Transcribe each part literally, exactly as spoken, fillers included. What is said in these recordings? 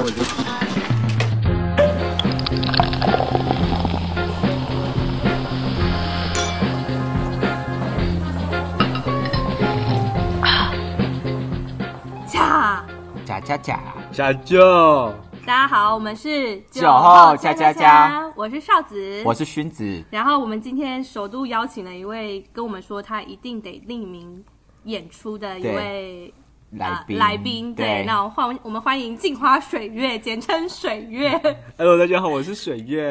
我就。 恰恰恰恰下就大家好，我们是酒后恰恰恰， 我是少子， 我是薰子。 然后我们今天首度邀请了一位跟我们说他一定得匿名演出的一位来宾、 呃、来宾，对， 对， 那欢我们欢迎镜花水月，简称水月。 Hello， 大家好，我是水月。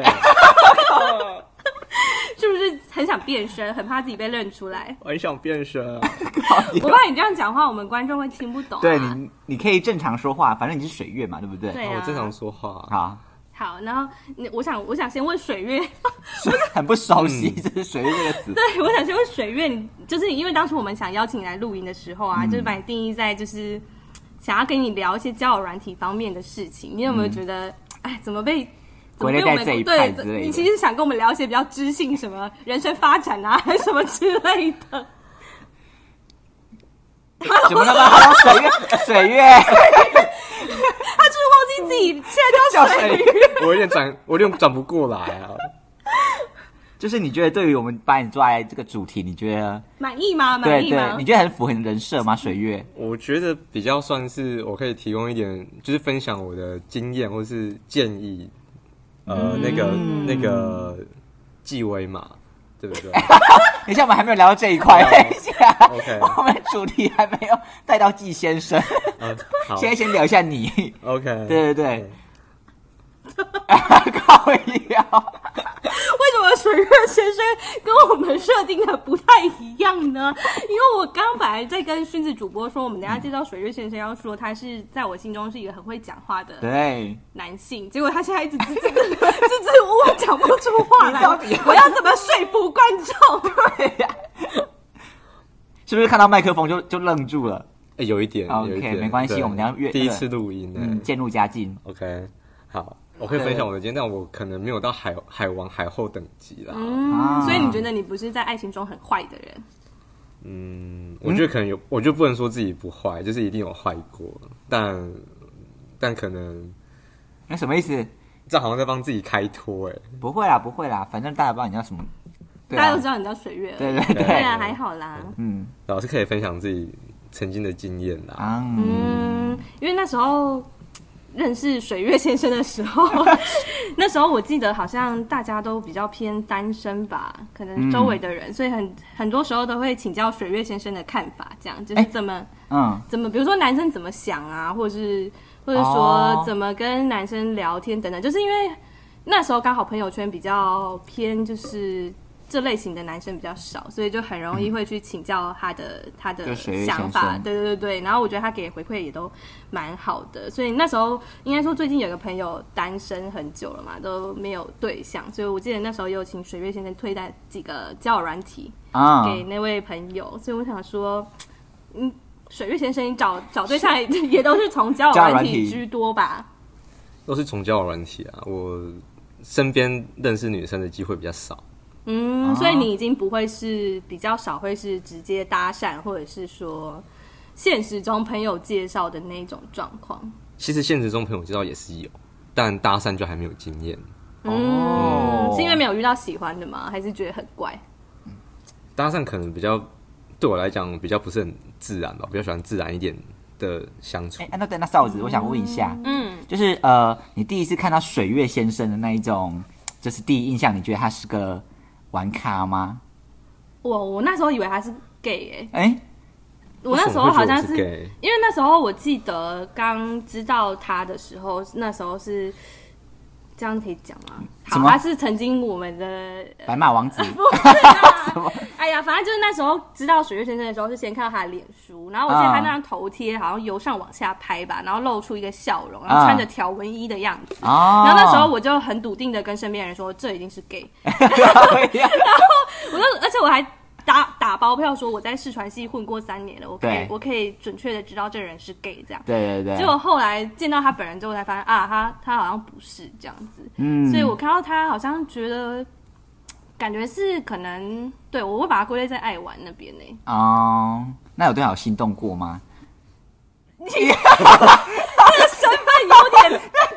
是不是很想变身，很怕自己被认出来？ 我很想变身啊！ 我怕你这样讲话，我们观众会听不懂、啊。 对你，你可以正常说话，反正你是水月嘛，对不对？ 对啊， 我正常说话。 好， 好，然后我想，我想先问水月， 很不熟悉，这是水月这个词。 对，我想先问水月，你就是因为当初我们想邀请你来录音的时候啊，嗯、就是把你定义在就是想要跟你聊一些交友软体方面的事情，你有没有觉得，哎、嗯，怎么被？ 归类在这一派之类的， 你其实想跟我们聊一些比较知性什么人生发展啊，还是什么之类的。 什么他妈水月水月， 他是不是忘记自己现在叫水月？ 我有点转，我有点转不过来啊。 就是你觉得对于我们把你抓来这个主题，你觉得满意吗？满意吗？ 对对，你觉得很符合你的人设吗？水月， 我觉得比较算是我可以提供一点，就是分享我的经验或是建议。呃，那个、嗯、那个纪薇嘛，对不对？ 等一下，我们还没有聊到这一块。等一下 ，OK， 我们主题还没有带到纪先生。 嗯，好， 现在先聊一下你。 OK， 对对对。靠腰。 为什么水月先生跟我们设定的不太一样呢？因为我刚刚本来在跟薰子主播说，我们等一下介绍水月先生，要说他是在我心中是一个很会讲话的男性，结果他现在一直支支支支吾吾讲不出话来，我要怎么说服观众？ 对呀、啊，是不是看到麦克风就就愣住了？ 欸、有一点 ，OK， 有一点没关系，我们等一下越第一次录音呢， 嗯，渐入佳境 ，OK， 好。我可以分享我的经验，但我可能没有到海海王海后等级啦。 嗯，啊、所以你觉得你不是在爱情中很坏的人？ 嗯，我觉得可能有，我就不能说自己不坏，就是一定有坏过，但但可能那什么意思？ 这好像在帮自己开脱哎、欸。 不会啦，不会啦，反正大家不知道你叫什么， 大家都知道你叫水月， 对对对， 对啊，还好啦。 嗯，老师可以分享自己曾经的经验啦。 嗯，因为那时候。认识水月先生的时候，那时候我记得好像大家都比较偏单身吧，可能周围的人，嗯、所以很很多时候都会请教水月先生的看法，这样就是怎么，欸、嗯，怎么，比如说男生怎么想啊，或者是或者说怎么跟男生聊天等等，就是因为那时候刚好朋友圈比较偏就是。这类型的男生比较少，所以就很容易会去请教他的、嗯、他的想法，对对对对。然后我觉得他给回馈也都蛮好的，所以那时候应该说最近有个朋友单身很久了嘛，都没有对象，所以我记得那时候有请水月先生推荐几个交友软体给那位朋友，啊、所以我想说，嗯，水月先生找找对象也都是从交友软体居多吧？ 都是从交友软体啊，我身边认识女生的机会比较少。 嗯，所以你已经不会是比较少会是直接搭讪，或者是说现实中朋友介绍的那种状况。 其实现实中朋友介绍也是有，但搭讪就还没有经验。 哦、嗯，是因为没有遇到喜欢的吗？还是觉得很怪？ 搭讪可能比较对我来讲比较不是很自然吧，比较喜欢自然一点的相处。 哎、欸，那对那少子，我想问一下，嗯，就是呃，你第一次看到水月先生的那一种，就是第一印象，你觉得他是个玩咖吗？ 我我那时候以为他是 gay 哎、欸， 欸、 我那时候好像是， 是因为那时候我记得刚知道他的时候，那时候是这样可以讲吗？好，他是曾经我们的白马王子， 不是啦，哎呀，反正就是那时候知道水月先生的时候，是先看到他的脸书，然后我记得他那张头贴好像由上往下拍吧，然后露出一个笑容，然后穿着条纹衣的样子，啊、然后那时候我就很笃定的跟身边人说，这一定是 gay， 然后我就，而且我还。打打包票说我在视传系混过三年了，我可以我可以准确的知道这个人是 gay 这样。 对对对。 结果后来见到他本人之后才发现啊，他他好像不是这样子。嗯。所以我看到他好像觉得，感觉是可能对我会把他归类在爱玩那边呢。 哦，那有对他有心动过吗？ 你这个身份有点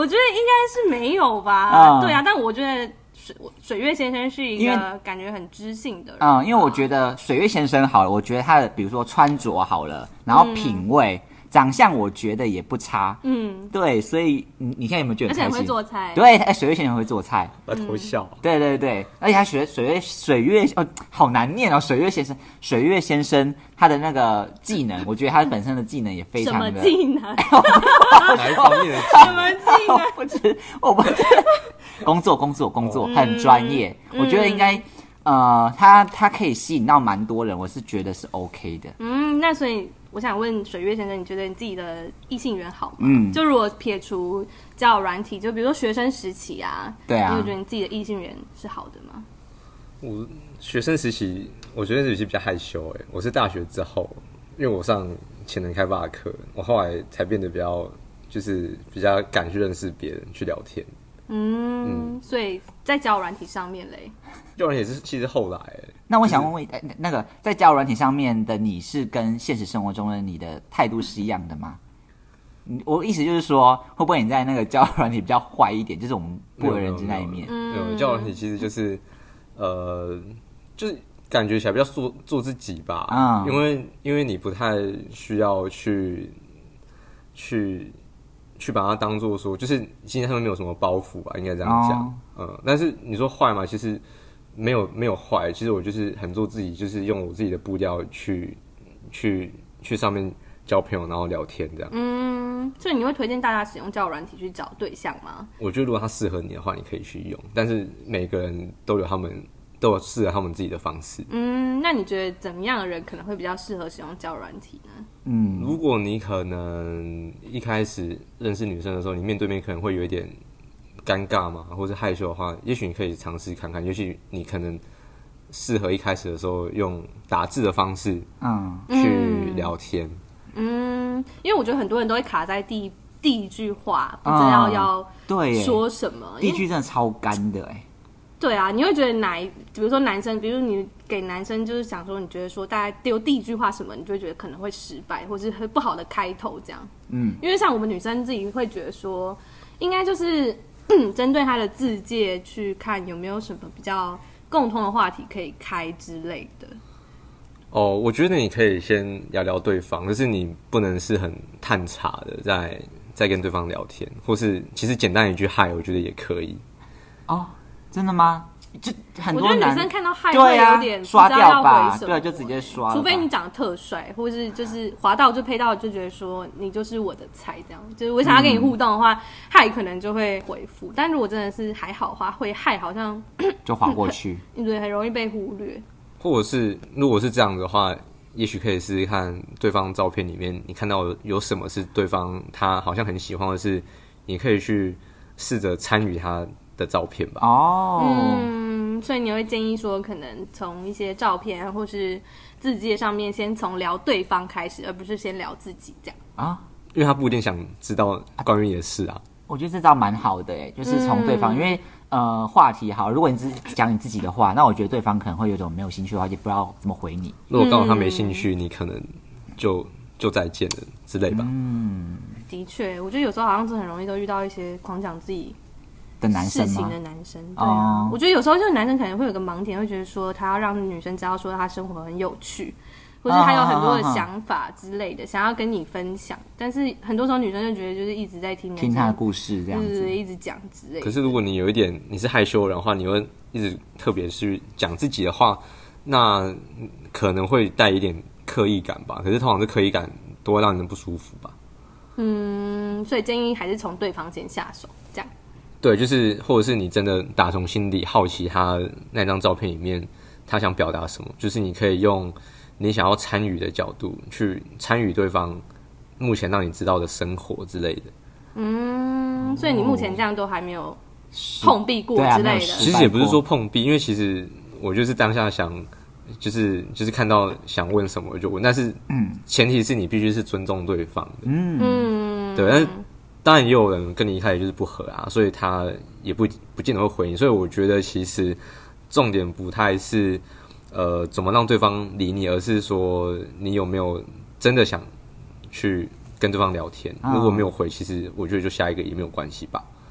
我觉得应该是没有吧。嗯、对啊，但我觉得水水月先生是一个感觉很知性的人。 嗯，因为我觉得水月先生好了，我觉得他的比如说穿着好了，然后品味。嗯长相我觉得也不差，嗯，对，所以你你现在有没有觉得很开心？ 而且很会做菜， 对，哎，水月先生会做菜， 来偷笑， 对对对，而且他学水月水月哦，好难念哦，水月先生，水月先生他的那个技能，我觉得他本身的技能也非常的什么技能？ 哪一方面的什么技能？ 我不知，我不知，工作工作工作很专业，嗯、我觉得应该。呃，他他可以吸引到蛮多人，我是觉得是 OK 的。 嗯，那所以我想问水月先生，你觉得你自己的异性缘好吗？嗯，就如果撇除交友软体，就比如说学生时期啊， 对啊， 你有觉得你自己的异性缘是好的吗？ 我学生时期，我学生时期比较害羞哎、欸，我是大学之后，因为我上潜能开发的课，我后来才变得比较就是比较敢去认识别人，去聊天。 嗯，嗯所以在交友软体上面嘞， 交友软体是其实后来、欸。 那我想问问，就是、那个在交友软体上面的你是跟现实生活中的你的态度是一样的吗？我意思就是说，会不会你在那个交友软体比较坏一点，就是我们不为人知那一面？ 没有，交友软体其实就是呃，就是感觉起来比较做做自己吧。嗯，因为因为你不太需要去去。去把它当做说，就是其实他们没有什么包袱吧，应该这样讲。哦、嗯，但是你说坏嘛，其实没有没有坏。其实我就是很做自己，就是用我自己的步调去去去上面交朋友，然后聊天这样。 嗯，所以你会推荐大家使用交友软体去找对象吗？ 我觉得如果他适合你的话，你可以去用，但是每个人都有他们都有适合他们自己的方式。 嗯，那你觉得怎么样的人可能会比较适合使用交友软体呢？ 嗯，如果你可能一开始认识女生的时候，你面对面可能会有一点尴尬嘛，或者害羞的话，也许你可以尝试看看。也许你可能适合一开始的时候用打字的方式，嗯，去聊天。 嗯，因为我觉得很多人都会卡在第一第一句话，不知道要对说什么。 第一句真的超干的哎。 对啊，你会觉得哪一，比如说男生，比如你给男生就是想说，你觉得说大概丢第一句话什么，你就会觉得可能会失败，或是不好的开头这样。嗯，因为像我们女生自己会觉得说，应该就是针对他的自介去看有没有什么比较共同的话题可以开之类的。 哦，我觉得你可以先聊聊对方，就是你不能是很探查的在在跟对方聊天，或是其实简单一句嗨，我觉得也可以。 哦。真的吗？就很多我觉得女生看到嗨会有点刷掉吧，对，就直接刷。 除非你长得特帅，或是就是滑到就配到，就觉得说你就是我的菜，这样。就是我想要跟你互动的话，嗨、嗯、可能就会回复。但如果真的是还好的话，会嗨好像就滑过去， 对，很容易被忽略。 或者是如果是这样的话，也许可以试试看对方照片里面，你看到有什么是对方他好像很喜欢的是，你可以去试着参与他的照片吧。 哦， 嗯，所以你会建议说，可能从一些照片或是字迹上面，先从聊对方开始，而不是先聊自己这样啊？ 因为他不一定想知道关于你的事啊。 我觉得这招蛮好的诶，就是从对方，嗯、因为呃话题好，如果你只讲你自己的话，那我觉得对方可能会有种没有兴趣的话，就不知道怎么回你。 如果刚好他没兴趣，嗯、你可能就就再见了之类吧。 嗯，的确，我觉得有时候好像是很容易都遇到一些狂讲自己的男生事情的男生，对啊， oh. 我觉得有时候就是男生可能会有个盲点，会觉得说他要让女生知道说他生活很有趣，或是他有很多的想法之类的， oh. 想要跟你分享。但是很多时候女生就觉得就是一直在听听他的故事这样子， 就是一直讲之类的。 可是如果你有一点你是害羞人的话，你会一直特别去讲自己的话，那可能会带一点刻意感吧。可是通常这刻意感都会让人不舒服吧。 嗯，所以建议还是从对方先下手，这样。 对，就是或者是你真的打从心底好奇他那张照片里面他想表达什么，就是你可以用你想要参与的角度去参与对方目前让你知道的生活之类的。嗯， 所以你目前这样都还没有碰壁过之类的。 其实也不是说碰壁，因为其实我就是当下想就是就是看到想问什么我就问，但是嗯，前提是你必须是尊重对方的。嗯，对，但是当然也有人跟你一开始就是不合啊，所以他也不不见得会回应。所以我觉得其实重点不太是呃怎么让对方理你，而是说你有没有真的想去跟对方聊天。如果没有回，其实我觉得就下一个也没有关系吧。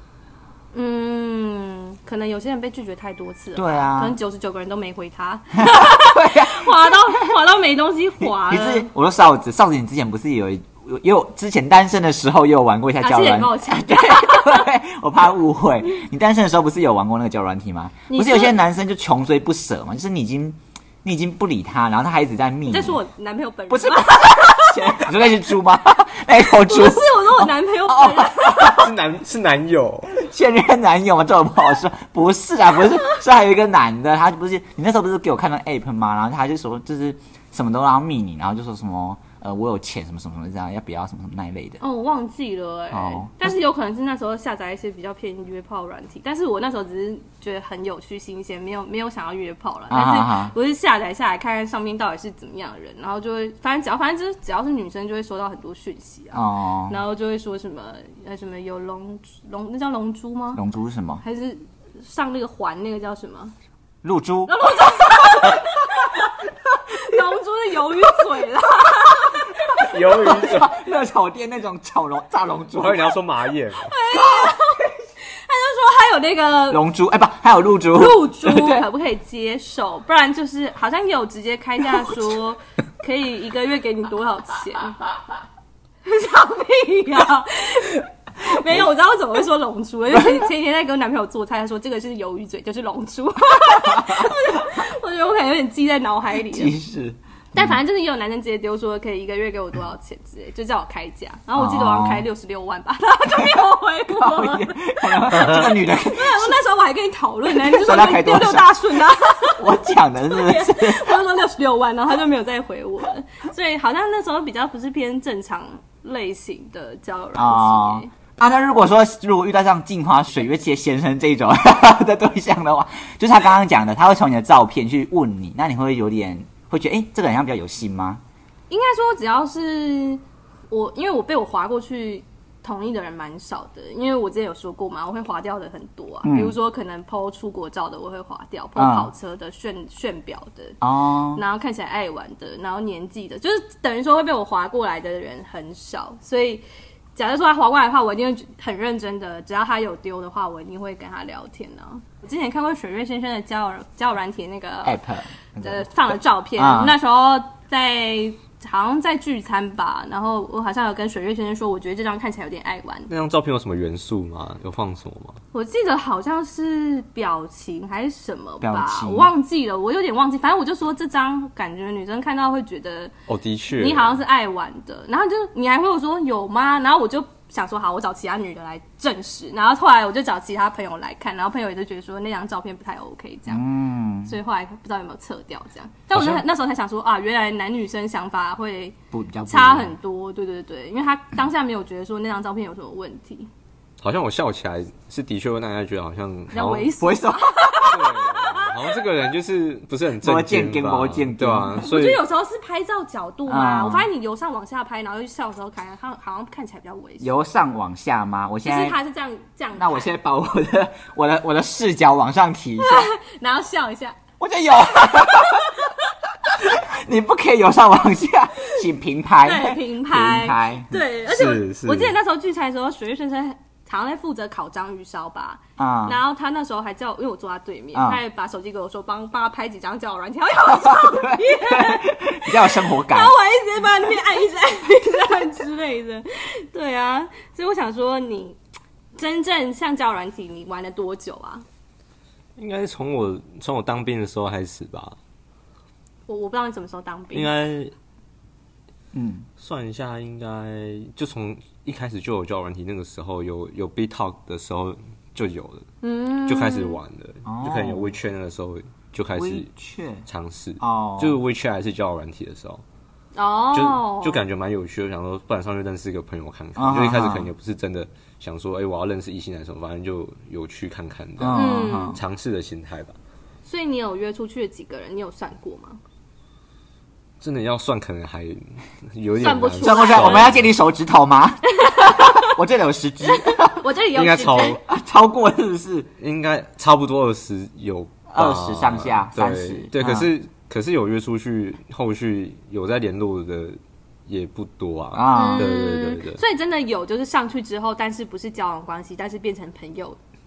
嗯，可能有些人被拒绝太多次了， 对啊， 可能九十九个人都没回他，对啊，滑到滑到没东西滑了。 你是我说哨子，哨子，你之前不是有也有之前单身的时候也有玩过一下交友软体？对对，我怕误会。你单身的时候不是有玩过那个交友软体吗？不是有些男生就穷追不舍嘛，就是你已经你已经不理他，然后他还一直在密你。 这是我男朋友本人， 不是？你说那是猪吗？那头猪？ 不是，我说我男朋友本人。 是男是男友， 现任男友吗？这种不好说。不是啊，不是，是还有一个男的，他不是你那时候不是给我看到 app 吗？然后他就说就是什么都让他密你，然后就说什么呃我有钱什么什么什么这样，要不要什么什么那一类的。 哦，我忘记了哎、欸哦，但是有可能是那时候下载一些比较偏约炮软体，但是我那时候只是觉得很有趣新鲜，没有没有想要约炮了。但是我是下载下来看看上面到底是怎么样的人，然后就会反正只要反正就是只要是女生就会收到很多讯息啊，哦，然后就会说什么呃什么有龙龙那叫龙珠吗？ 龙珠是什么？ 还是上那个环那个叫什么？ 露珠。 龙珠。龙珠是鱿鱼嘴啦。 鱿鱼嘴， 热炒店那种炒龙炸龙珠。 我以为你要说马眼。 他就说他有那个龙珠，哎、欸、不，还有露珠， 露珠可不可以接受？不然就是好像有直接开价说可以一个月给你多少钱？笑屁呀、啊！没有，我知道我怎么会说龙珠，因为前前一天在跟我男朋友做菜，他说这个是鱿鱼嘴，就是龙珠。我觉得我可能有点记在脑海里了。 记事。 但反正就是也有男生直接丢说可以一个月给我多少钱之类，就叫我开价。然后我记得我好像开六十六万吧，然后就没有回我。 这个女的， 那时候我还跟你讨论呢，你就说六六大顺啊。 我讲的是不是？ 我就说六十六万，然后他就没有再回我了。所以好像那时候比较不是偏正常类型的交友软体。哦啊，那如果说如果遇到像镜花水月界先生这种的对象的话，就是他刚刚讲的，他会从你的照片去问你，那你会不会有点会觉得，哎、欸，这个人像比较有心吗？ 应该说，只要是我，因为我被我滑过去同意的人蛮少的，因为我之前有说过嘛，我会滑掉的很多啊，嗯、比如说可能 po 出国照的我会滑掉 ，po 跑车的、炫炫表的，哦，然后看起来爱玩的，然后年纪的，就是等于说会被我滑过来的人很少，所以。假如说他滑过来的话，我一定会很认真的。只要他有丢的话，我一定会跟他聊天呢、啊。我之前看过水月先生的交友交友软体那个 app， 呃，放了照片。嗯、那时候在好像在聚餐吧，然后我好像有跟水月先生说，我觉得这张看起来有点爱玩。 那张照片有什么元素吗？有放什么吗？ 我记得好像是表情还是什么吧，我忘记了，我有点忘记。反正我就说这张感觉女生看到会觉得， 哦，的确， 你好像是爱玩的。然后就你还会有说有吗？然后我就想说好，我找其他女的来证实。然后后来我就找其他朋友来看，然后朋友也就觉得说那张照片不太 OK 这样。嗯，所以后来不知道有没有撤掉这样。但我那那时候才想说啊，原来男女生想法会差很多。对对对，因为他当下没有觉得说那张照片有什么问题。 好像我笑起来是的确会让大家觉得好像比较猥琐， 猥琐。 好像这个人就是不是很正经吧？对啊，所以我觉得有时候是拍照角度嘛。嗯、我发现你由上往下拍，然后又笑的时候看，他好像看起来比较猥琐。 由上往下吗？我现在就是他是这样这样。 那我现在把我的我的我的视角往上提一下， 然后笑一下。 我觉得有。你不可以由上往下，请平拍。 对，平拍。 平拍。 对，而且 我, 我记得那时候聚餐的时候，水月先生好像在负责烤章鱼烧吧。嗯。然后他那时候还叫，因为我坐他对面，嗯、他还把手机给我说，帮帮他拍几张交友软体，好有照片， 比较有生活感。 然后我还一直在那边按一下按一下之类的。对啊，所以我想说，你真正像交友软体，你玩了多久啊？ 应该是从我从我当兵的时候开始吧。 我我不知道你什么时候当兵。 应该，嗯，算一下，应该就从一开始就有交友软体，那个时候有有 B Talk 的时候就有了，嗯，就开始玩了，哦、就可能有 WeChat 那个时候就开始尝试，哦，就是 WeChat 还是交友软体的时候，哦，就就感觉蛮有趣的，想说不然上去认识一个朋友看看，哦、就一开始可能也不是真的想说，哎、欸，我要认识异性来什么，反正就有去看看的，嗯，尝试的心态吧。 所以你有约出去的几个人？你有算过吗？ 真的要算，可能还有点算不出来。 算不出来，我们要借你手指头吗？我这里有十只， 我这里有应该超超过是不是？ 应该差不多二十有， 二十上下，三十对。可是、嗯、可是有约出去，后续有在联络的也不多啊。啊、嗯，对对对对。 所以真的有，就是上去之后，但是不是交往关系，但是变成朋友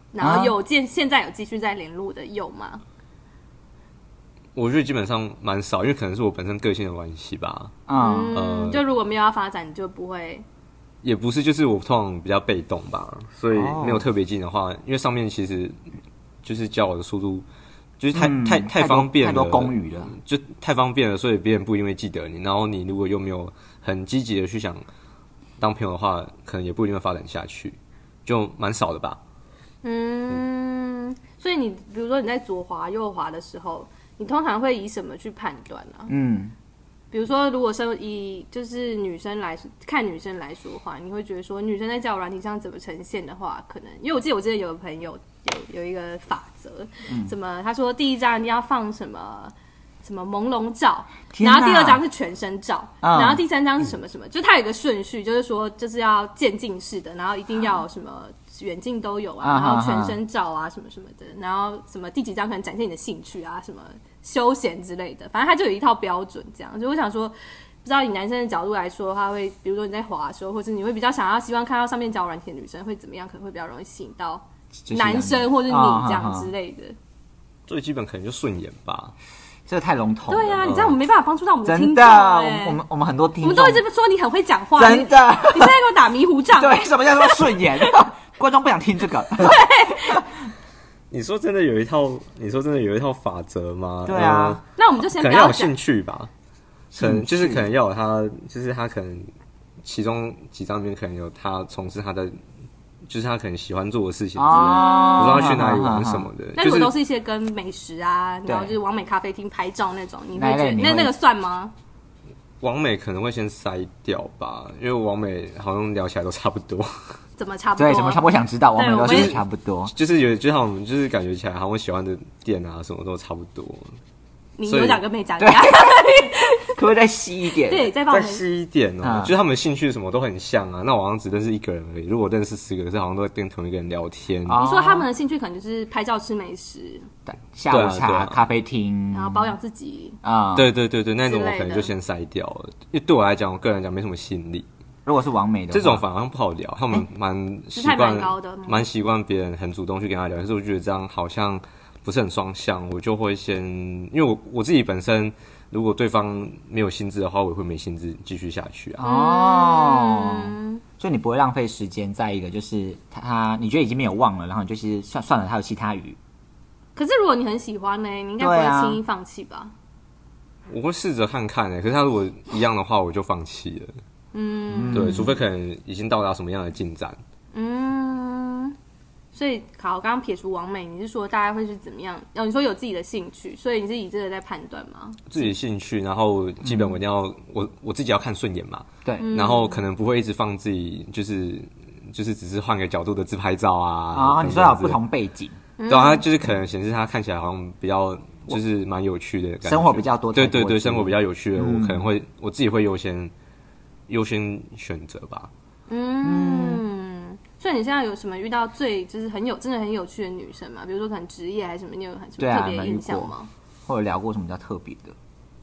然后有见、啊、现在有继续在联络的有吗？ 我觉得基本上蛮少，因为可能是我本身个性的关系吧。 嗯，呃、就如果没有要发展，你就不会。 也不是，就是我通常比较被动吧，所以没有特别近的话，因为上面其实就是交友的速度就是太、嗯、太太方便了， 太多公语了， 就太方便了，所以别人不一定会记得你。然后你如果又没有很积极的去想当朋友的话，可能也不一定会发展下去，就蛮少的吧。 嗯，所以你比如说你在左滑右滑的时候，你通常会以什么去判断呢、啊？嗯。比如说，如果是以就是女生来看女生来说的话，你会觉得说女生在交友软体上怎么呈现的话，可能因为我记得我之前有个朋友有有一个法则，嗯、什么他说第一张一定要放什么什么朦胧照，然后第二张是全身照，然后第三张是什么什么，嗯、就他有一个顺序，就是说就是要渐进式的，然后一定要有什么远近都有啊，然后全身照啊什么什么的，然后什么第几张可能展现你的兴趣啊什么。休闲之类的，反正他就有一套标准，这样。所以我想说，不知道以男生的角度来说，他会，比如说你在滑的时候，或者你会比较想要希望看到上面交友软体的女生会怎么样，可能会比较容易吸引到男生或者你这样之类的。 最基本可能就顺眼吧， 这个太笼统了。 对啊，你这样我们没办法帮助到我们的听众、欸。 真的，我们我们很多听众， 我们都一直说你很会讲话， 真的。 你现在给我打迷糊仗。 对，什么叫做顺眼？观众不想听这个。 对。 你说真的有一套？你说真的有一套法则吗？ 对啊， 呃、那我们就先不要可能要有兴趣吧，可能就是可能要有他，就是他可能其中几张里面可能有他从事他的，就是他可能喜欢做的事情之类的，哦、比如说他去哪里玩什么的。 那如果都是一些跟美食啊，然后就是网美咖啡厅拍照那种，你会觉得那那个算吗？ 网美可能会先筛掉吧，因为网美好像聊起来都差不多。 怎么差不多？ 对，怎么差不多？我想知道，网美都是差不多。 就是有，就像我们就是感觉起来，好像我喜欢的店啊，什么都差不多。 你有讲跟没讲一样， 可不可以再细一点？ 对，再再细一点哦、喔。嗯、就是他们兴趣什么都很像啊。那我好像只认识一个人而已。如果认识十个，是好像都会跟同一个人聊天。 你说他们的兴趣可能就是拍照、吃美食、 下午茶、啊啊、咖啡厅， 然后保养自己啊。对对对对，那种我可能就先筛掉了，因为对我来讲，我个人讲没什么吸引力。 如果是网美的话， 这种反而不好聊，他们蛮习惯，蛮习惯别人很主动去跟他聊。可是我觉得这样好像不是很双向，我就会先，因为我我自己本身，如果对方没有兴致的话，我也会没兴致继续下去啊。 哦，嗯、所以你不会浪费时间在一个就是他，你觉得已经没有忘了，然后你就是算算了，他有其他鱼。 可是如果你很喜欢呢，你应该不会轻易放弃吧？啊、 我会试着看看呢，可是他如果一样的话，我就放弃了。嗯，对，除非可能已经到达什么样的进展。嗯， 所以好，刚刚撇除网美，你是说大概会是怎么样？哦，你说有自己的兴趣，所以你是以这个在判断吗？ 自己的兴趣，然后基本我一定要、嗯、我我自己要看顺眼嘛。 对， 然后可能不会一直放自己，就是就是只是换个角度的自拍照啊。 啊、哦，你说有不同背景， 对啊，他就是可能显示他看起来好像比较就是蛮有趣的感觉， 生活比较多。 对对对，生活比较有趣的，嗯、我可能会我自己会优先。优先选择吧。 嗯，所以你现在有什么遇到最就是很有真的很有趣的女生吗？比如说可能职业还是什么，你有很什么特别的印象吗、啊？ 或者聊过什么比较特别的？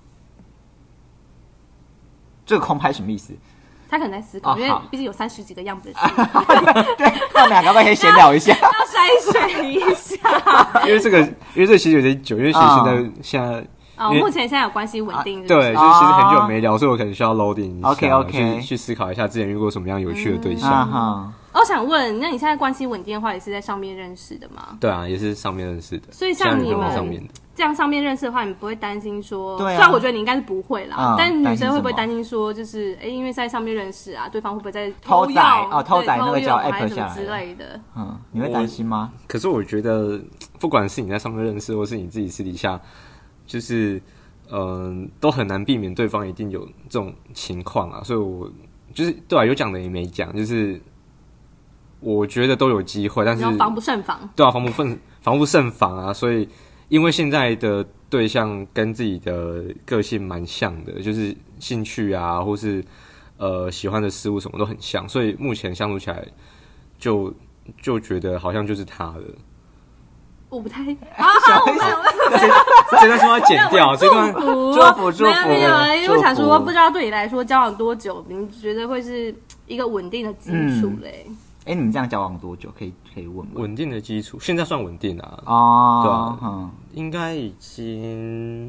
这个空拍什么意思？ 他可能在思考，哦、因为毕竟有三十几个样本。 对，那我们两个可以闲聊一下， 要筛选一下。 因为这个，因为这个其实有点久，因为其实现在、哦、现在。 哦，目前现在有关系稳定是不是、 啊，对，就是其实很久没聊，哦、所以我可能需要 loading 一下 ，OK OK， 去去思考一下之前遇过什么样有趣的对象。 嗯啊、 我想问，那你现在关系稳定的话，也是在上面认识的吗？ 对啊，也是上面认识的。 所以像你们上面的这样上面认识的话，你不会担心说， 对、啊， 虽然我觉得你应该是不会啦， 嗯、 但女生会不会担心说，就是哎、欸，因为在上面认识啊，对方会不会在偷载哦，偷载那个叫 app 下来之类的？ 嗯，你会担心吗？ 可是我觉得，不管是你在上面认识，或是你自己私底下，就是。嗯，都很难避免对方一定有这种情况啊，所以我就是对啊，有讲的也没讲，就是我觉得都有机会，但是防不胜防。 对啊，防不胜防不胜防啊，所以因为现在的对象跟自己的个性蛮像的，就是兴趣啊，或是呃喜欢的事物什么都很像，所以目前相处起来就就觉得好像就是他了。 我不太啊，我们这段说要剪掉，这段祝福祝福。 没有，因为我想说，不知道对你来说交往多久，你觉得会是一个稳定的基础嘞？ 嗯、 哎，你们这样交往多久？可以可以问吗？ 稳定的基础，现在算稳定啊。 哦， 对啊， 嗯， 应该已经。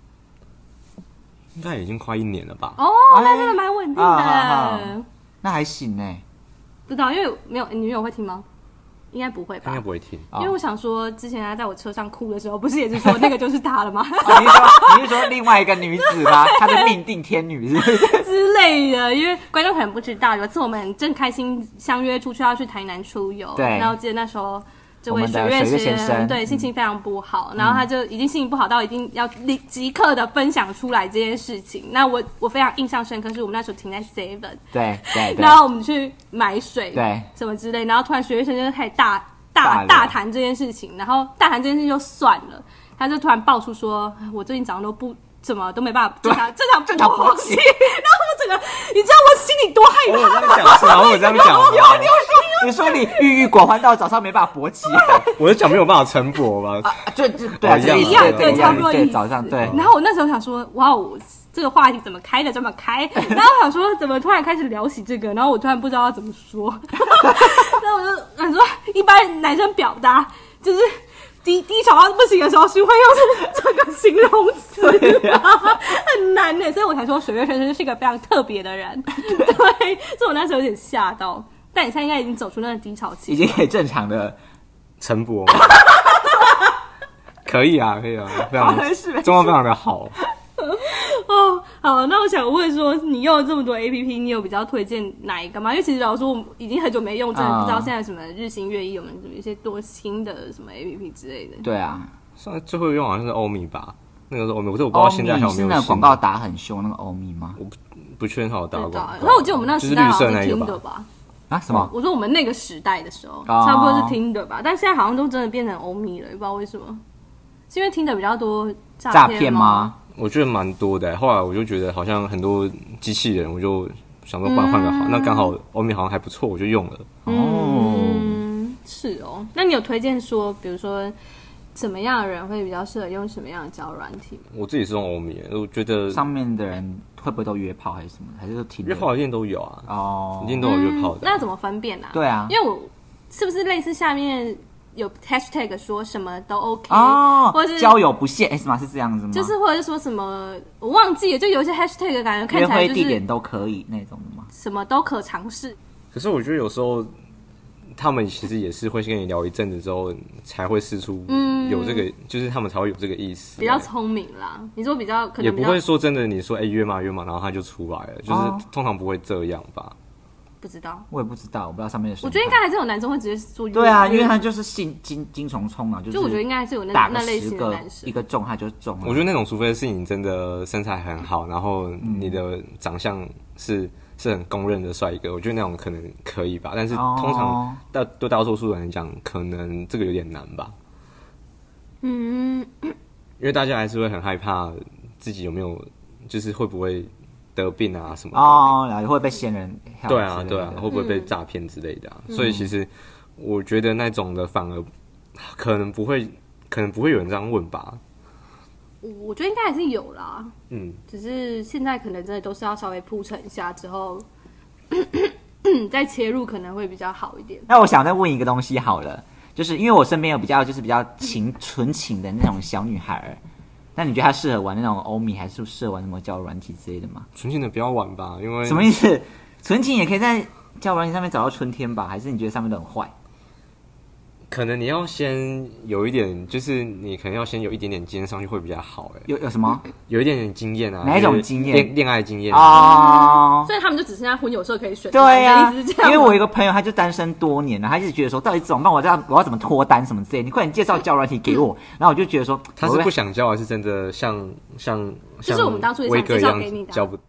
应该已经快一年了吧？ 哦，那真的蛮稳定的、啊啊啊， 那还行呢。 不知道，因为没有你女友会听吗？应该不会吧？ 应该不会听， 因为我想说，之前他在我车上哭的时候，不是也是说那个就是他了吗？ 哦、你是说你是说另外一个女子吗？她的命定天女是不是之类的？因为观众可能不知道，有一次我们正开心相约出去要去台南出游， 对， 然后记得那时候。这位水月先生对心情非常不好、嗯，然后他就已经心情不好到一定要立即刻的分享出来这件事情。那我我非常印象深刻，是我们那时候停在 Seven， 对对， 然后我们去买水， 对， 什么之类，然后突然水月先生就开始大大大谈这件事情，然后大谈这件事情就算了，他就突然爆出说，我最近早上都不怎么都没办法正常正常正常勃起， 然后我整个，你知道我心里多害怕？ 我这样讲是吗？我这样讲， 有你有说。你说你郁郁寡欢到早上没办法勃起， 我就讲没有办法晨勃吧？ 啊，就就对啊，这一样， 对， 差不多对早上对。 然后我那时候想说，哇哦，这个话题怎么开的这么开？然后我想说，怎么突然开始聊起这个？然后我突然不知道要怎么说。然后我就想说，一般男生表达就是低低潮到不行的时候，是会用这个形容词吗？很难呢，所以我才说水月先生是一个非常特别的人。对，所以我那时候有点吓到。但你现在应该已经走出那个低潮期， 已经可以正常的晨勃吗？可以啊，可以啊，非常状况非常的好。 哦，好，那我想问说，你用了这么多 A P P， 你有比较推荐哪一个吗？因为其实老实说，我已经很久没用，真的不知道现在什么日新月异，有没有一些多新的什么 A P P 之类的。 对啊， 上最后用好像是欧米吧，那个是欧米，我我不知道现在还有没有。 是那个广告打很凶那个欧米吗？ 我不不确定好打广告。 那我记得我们那时代好像是听的吧。 啊什么？ 我说我们那个时代的时候，哦、差不多是听的吧，但现在好像都真的变成欧米了，也不知道为什么，是因为听的比较多诈骗吗？ 我觉得蛮多的，后来我就觉得好像很多机器人，我就想说换换个好，嗯、那刚好欧米好像还不错，我就用了。 哦，嗯，是哦。那你有推荐说，比如说什么样的人会比较适合用什么样的交友软体？ 我自己是用欧米，我觉得上面的人会不会都约炮还是什么？还是都听约炮一定都有啊？ 哦， 一定都有约炮的、嗯。 那怎么分辨啊？ 对啊， 因为我是不是类似下面有 hashtag 说什么都 OK 哦， 或者是交友不限 S 吗？是这样子吗？ 就是或者是说什么我忘记了，就有一些 hashtag 的感觉看起来就是约会地点都可以那种的吗？ 什么都可尝试。 可是我觉得有时候他们其实也是会跟你聊一阵子之后才会释出有这个、嗯，就是他们才会有这个意思。 比较聪明啦，你说比较可能也不会说真的，你说哎、欸、约嘛约嘛，然后他就出来了，就是、哦、通常不会这样吧。 不知道， 我也不知道，我不知道上面的。 我觉得应该还是有男生会直接做。 对啊，因为他就是精精精虫冲啊，就是。 就我觉得应该还是有那那类型的男生， 一个中他就中了。 我觉得那种，除非是你真的身材很好，然后你的长相是是很公认的帅哥，我觉得那种可能可以吧。但是通常大对大多数人来讲，可能这个有点难吧。嗯，因为大家还是会很害怕自己有没有，就是会不会。得病啊什么的哦，然后会被仙人对啊对啊，会不会被诈骗之类的啊？嗯、所以其实我觉得那种的反而可能不会，可能不会有人这样问吧。 我觉得应该还是有啦，嗯，只是现在可能真的都是要稍微铺陈一下之后再切入，可能会比较好一点。 那我想再问一个东西好了，就是因为我身边有比较就是比较情纯情的那种小女孩。那你觉得他适合玩那种欧米，还是适合玩什么交友软体之类的吗？ 纯情的不要玩吧，因为什么意思？纯情也可以在交友软体上面找到春天吧？还是你觉得上面都很坏？ 可能你要先有一点，就是你可能要先有一点点经验上去会比较好。哎， 有有什么？ 有一点点经验啊？ 哪一种经验？ 恋恋爱经验哦。所以他们就只剩下婚友社可以选。 对呀、啊，因为我有一个朋友，他就单身多年了，他一直觉得说，到底怎么办？我要我要怎么脱单什么之类的？你快点介绍交友软体给我。然后我就觉得说， 他是不想交，还是真的像像就是我们当初也想介绍给你的， 交不。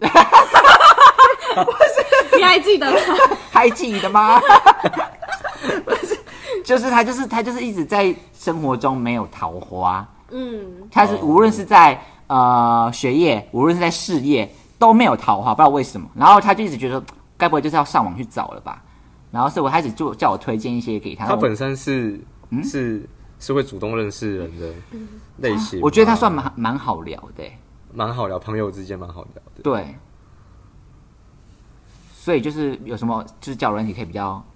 你还记得吗？ 还记得吗？就是他，就是他，就是一直在生活中没有桃花。嗯，他是无论是在呃学业，无论是在事业都没有桃花，不知道为什么。然后他就一直觉得，该不会就是要上网去找了吧？然后所以我开始就叫我推荐一些给他。 他本身是、嗯、是是会主动认识人的类型、啊， 我觉得他算蛮蛮好聊的、欸， 蛮好聊，朋友之间蛮好聊的。 对。所以就是有什么就是交友软体可以比较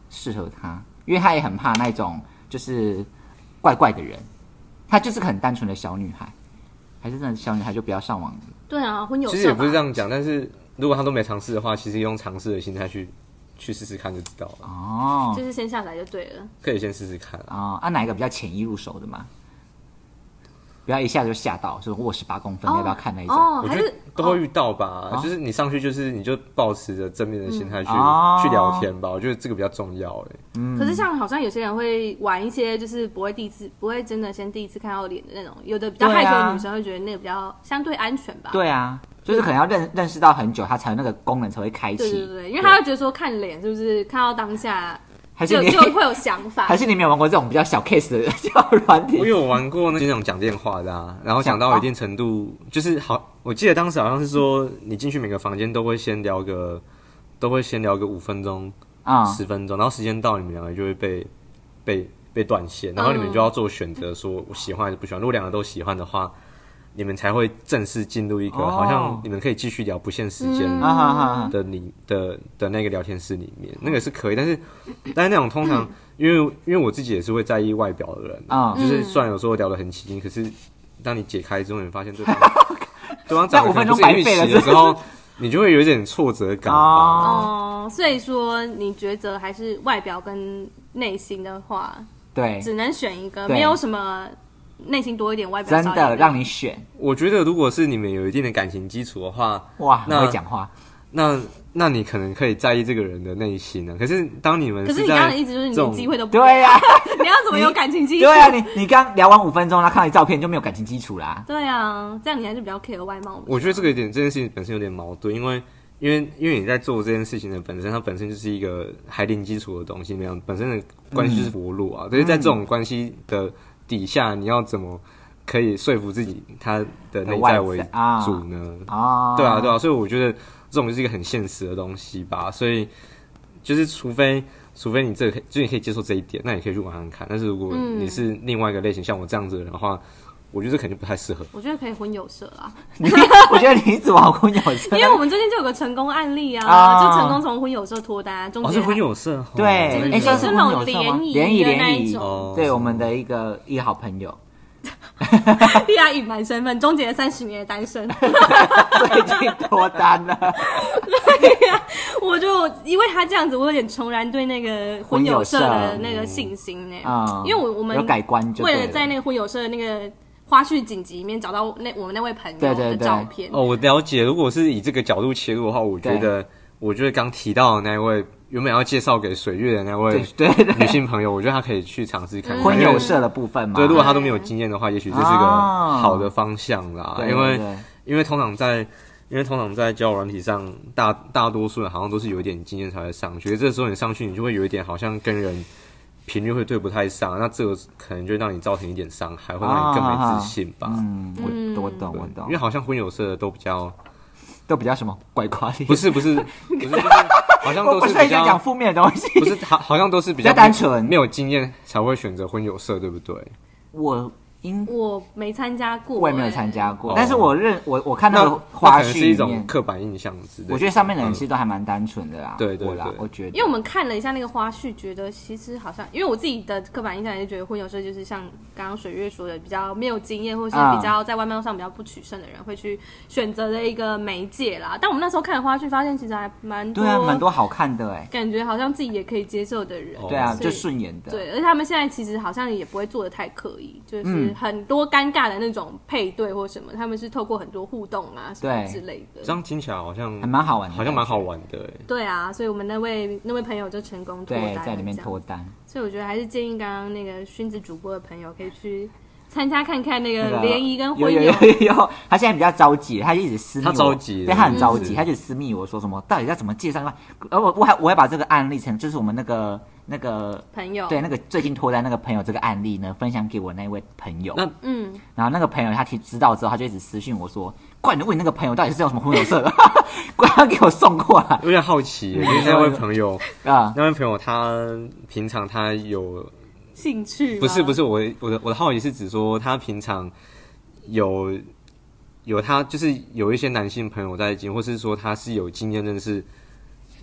适合他，因为他也很怕那种就是怪怪的人，她就是个很单纯的小女孩，还是真的小女孩就不要上网了。 对啊，婚友社其实也不是这样讲，但是如果他都没尝试的话，其实用尝试的心态去去试试看就知道了。 哦， 就是先下载就对了， 可以先试试看啊。哦，啊，哪一个比较浅易入手的嘛？不要一下就吓到，说我十八公分，哦，要不要看那一种？ 哦， 我觉得都会遇到吧。哦，就是你上去，就是你就抱持着正面的心态去， 嗯， 去聊天吧。我觉得这个比较重要哎。 嗯。可是像好像有些人会玩一些，就是不会第一次，不会真的先第一次看到脸的那种。有的比较害羞的女生会觉得那个比较相对安全吧。 对啊，就是可能要认认识到很久，它才有那个功能才会开启。 对对对，因为他会觉得说看脸是不是看到当下。 还是你就就会有想法， 还是你没有玩过这种比较小 case 的交友软体？ 我有玩过那种讲电话的啊，然后讲到一定程度，就是好，我记得当时好像是说，你进去每个房间都会先聊个，都会先聊个五分钟啊，十分钟，然后时间到，你们两个就会被被被断线，然后你们就要做选择，说我喜欢还是不喜欢。如果两个都喜欢的话，你们才会正式进入一个，哦，好像你们可以继续聊不限时间的你、嗯、的的那个聊天室里面，那个是可以，但是但是那种通常、嗯、因为因为我自己也是会在意外表的人，嗯、就是虽然有时候聊得很起劲，可是当你解开之后，你发现对方对方长得可能不是预期的时候，你就会有一点挫折感哦。所以说你抉择还是外表跟内心的话， 对， 只能选一个，没有什么。内心多一点，外表少一点， 真的让你选。 我觉得，如果是你们有一定的感情基础的话， 哇，那会讲话， 那那你可能可以在意这个人的内心啊。可是当你们可是你刚刚的意思就是你连机会都不对呀、啊， 你要怎么有感情基础？ 对啊，你你刚聊完五分钟，他看到你照片就没有感情基础啦。 对啊，这样你还是比较 care 外貌。 我觉得这个有点，这件事情本身有点矛盾，因为因为因为你在做这件事情的本身，它本身就是一个还零基础的东西，没有本身的关系就是薄弱啊。所以、嗯、在这种关系的底下，你要怎么可以说服自己他的内在为主呢？啊，对啊，对啊，所以我觉得这种就是一个很现实的东西吧。所以就是除非除非你这个就你可以接受这一点，那你可以去玩玩看。但是如果你是另外一个类型，像我这样子的人的话，我觉得这肯定不太适合。 我觉得可以婚友社啦。 我觉得你一直玩婚友社， 因为我们最近就有个成功案例啊，啊就成功从婚友社脱单，中间哦是婚友社， 对，哎，算是婚友社吗？ 联谊的那一种， 哦、对，我们的一个一个好朋友。 替他隐瞒身份，终结了三十年的单身， 最近脱单了。 对呀、啊，我就因为他这样子，我有点重燃对那个婚友社的那个信心呢、嗯。因为我我们有改观就， 为了在那个婚友社的那个花絮紧集里面找到那我们那位朋友的照片。 对对对哦，我了解。如果是以这个角度切入的话，我觉得，我觉得刚提到的那位。原本要介绍给水月的那位女性朋友，我觉得她可以去尝试看婚友社的部分嘛。 对，如果她都没有经验的话，也许这是个好的方向啦。因为因为通常在因为通常在交友软体上，大大多数人好像都是有一点经验才会上去。这时候你上去，你就会有一点好像跟人频率会对不太上，那这个可能就会让你造成一点伤害，会让你更没自信吧。 嗯，我我懂我懂。 因为好像婚友社的都比较。 都比较什么怪夸力？ 不是不是不是，就是好像都是比较讲负面的东西。 不是，好好像都是比较单纯， 没有经验才会选择婚友社，对不对？ 我因我没参加过、欸， 我也没有参加过，哦、但是我认我我看到花絮里面， 是一种刻板印象之类的。 我觉得上面的人其实都还蛮单纯的啦， 对、嗯、对对， 我觉得， 因为我们看了一下那个花絮，觉得其实好像，因为我自己的刻板印象也是觉得婚友社就是像刚刚水月说的，比较没有经验，或是比较在外貌上比较不取胜的人会去选择的一个媒介啦。但我们那时候看了花絮，发现其实还蛮多， 对啊，蛮多好看的哎、欸， 感觉好像自己也可以接受的人， 对啊，就顺眼的， 对，而且他们现在其实好像也不会做的太刻意，就是很多尴尬的那种配对或什么，他们是透过很多互动啊什么之类的。 这样听起来好像还蛮好玩的， 好像蛮好玩的、欸。 对啊，所以我们那位那位朋友就成功脱单， 对，在里面脱单。 所以我觉得还是建议刚刚那个熏子主播的朋友可以去参加看看那个联谊跟婚友。 有有有有，他现在比较着急，他一直私密我， 他着急， 对，他很着急，他就私密我说什么，到底要怎么介绍？而我我还我还把这个案例成就是我们那个。那个朋友对那个最近脱单那个朋友这个案例呢，分享给我那位朋友。 那嗯， 然后那个朋友他提知道之后，他就一直私讯我说：“快点问你那个朋友到底是用什么婚友社的，快要给我送过来。” 有点好奇，因为那位朋友啊， 那位朋友他平常他有兴趣， 不是不是我我的我的好奇是指说他平常有有他就是有一些男性朋友在经，或是说他是有经验认识。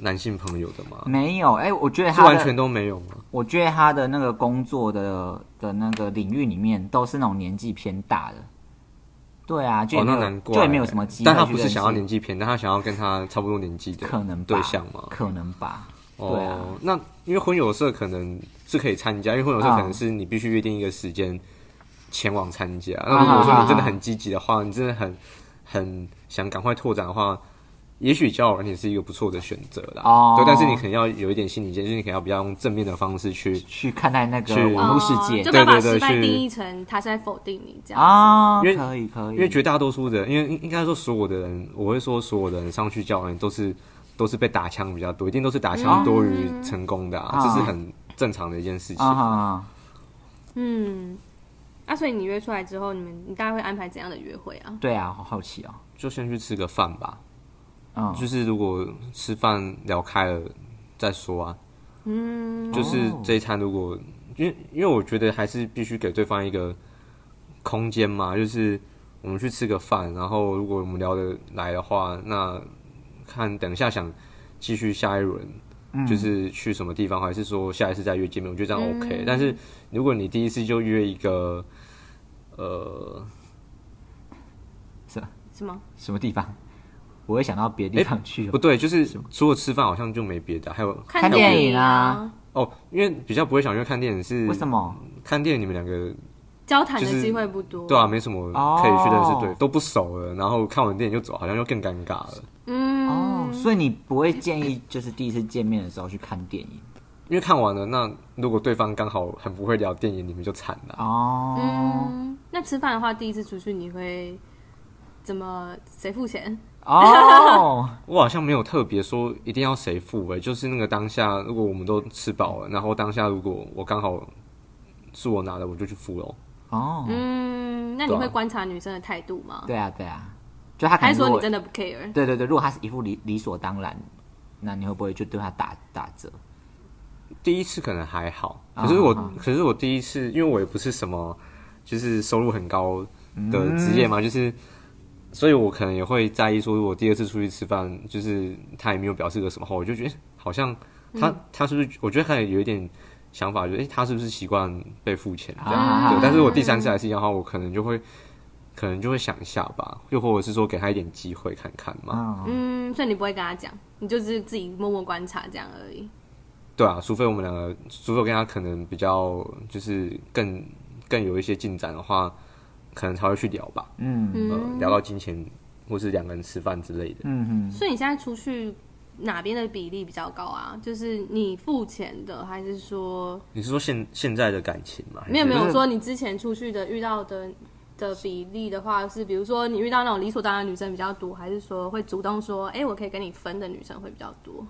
男性朋友的吗？ 没有，哎、欸，我觉得他是完全都没有吗？ 我觉得他的那个工作的的那个领域里面都是那种年纪偏大的。对啊，就也没有、 哦、那难怪就也没有什么机会。 但他不是想要年纪偏，但他想要跟他差不多年纪的可能对象吗？ 可能吧。 哦、 对啊， 那因为婚友社可能是可以参加，因为婚友社可能是你必须约定一个时间前往参加。那、嗯、如果说你真的很积极的话，你真的很很想赶快拓展的话，也许交友软体是一个不错的选择啦。哦，对，但是你可能要有一点心理建设，就是你可能要比较用正面的方式去去看待那个网络世界， 哦、就不要把失败定义成他是在否定你这样啊、哦。可以可以， 因为绝大多数的，因为应该说所有的人，我会说所有的人上去交友软体都是。都是被打枪比较多，一定都是打枪多于成功的、啊嗯，这是很正常的一件事情。 啊、 嗯，啊，所以你约出来之后，你们你大概会安排怎样的约会啊？ 对啊，好好奇哦。 就先去吃个饭吧。 嗯， 就是如果吃饭聊开了再说啊。 嗯， 就是这一餐如果，因为因为我觉得还是必须给对方一个空间嘛，就是我们去吃个饭，然后如果我们聊得来的话，那。看等一下想继续下一轮、嗯，就是去什么地方，还是说下一次再约见面？我觉得这样 OK、嗯。但是如果你第一次就约一个，呃， 是什么什么地方？我会想到别的地方去、 欸。不对，就是除了吃饭好像就没别的，还有看电影啊。 哦，因为比较不会想约看电影是为什么？ 看电影你们两个。 交谈的机会不多、就是， 对啊，没什么可以去认识，对、哦，都不熟了，然后看完电影就走，好像又更尴尬了。 嗯， 哦，所以你不会建议就是第一次见面的时候去看电影， 因为看完了，那如果对方刚好很不会聊电影，你们就惨了。 哦， 嗯，那吃饭的话，第一次出去你会怎么谁付钱？ 哦， 我好像没有特别说一定要谁付诶、欸，就是那个当下，如果我们都吃饱了，然后当下如果我刚好是我拿的，我就去付咯。 哦， 嗯，那你会观察女生的态度吗？ 对啊，对啊，就他可能还是说你真的不 care？ 对对对，如果他是一副理理所当然，那你会不会就对他打打折？ 第一次可能还好，可是我、哦、可是我第一次，因为我也不是什么就是收入很高的职业嘛、嗯，就是，所以我可能也会在意说，如果第二次出去吃饭，就是他也没有表示个什么话，我就觉得好像他、嗯、他是不是？我觉得他也有一点。想法就是，哎、欸，他是不是习惯被付钱这样？啊、对，但是我第三次还是一样的话，我可能就会，可能就会想一下吧，又或者是说给他一点机会看看嘛。 嗯，所以你不会跟他讲，你就是自己默默观察这样而已。 对啊，除非我们两个，除非我跟他可能比较就是更更有一些进展的话，可能才会去聊吧。 嗯， 呃，聊到金钱或是两个人吃饭之类的。 嗯哼。 所以你现在出去。哪边的比例比较高啊？就是你付钱的，还是说你是说现现在的感情吗？ 没有没有说你之前出去的遇到的的比例的话，是比如说你遇到那种理所当然的女生比较多，还是说会主动说，哎、欸，我可以跟你分的女生会比较多？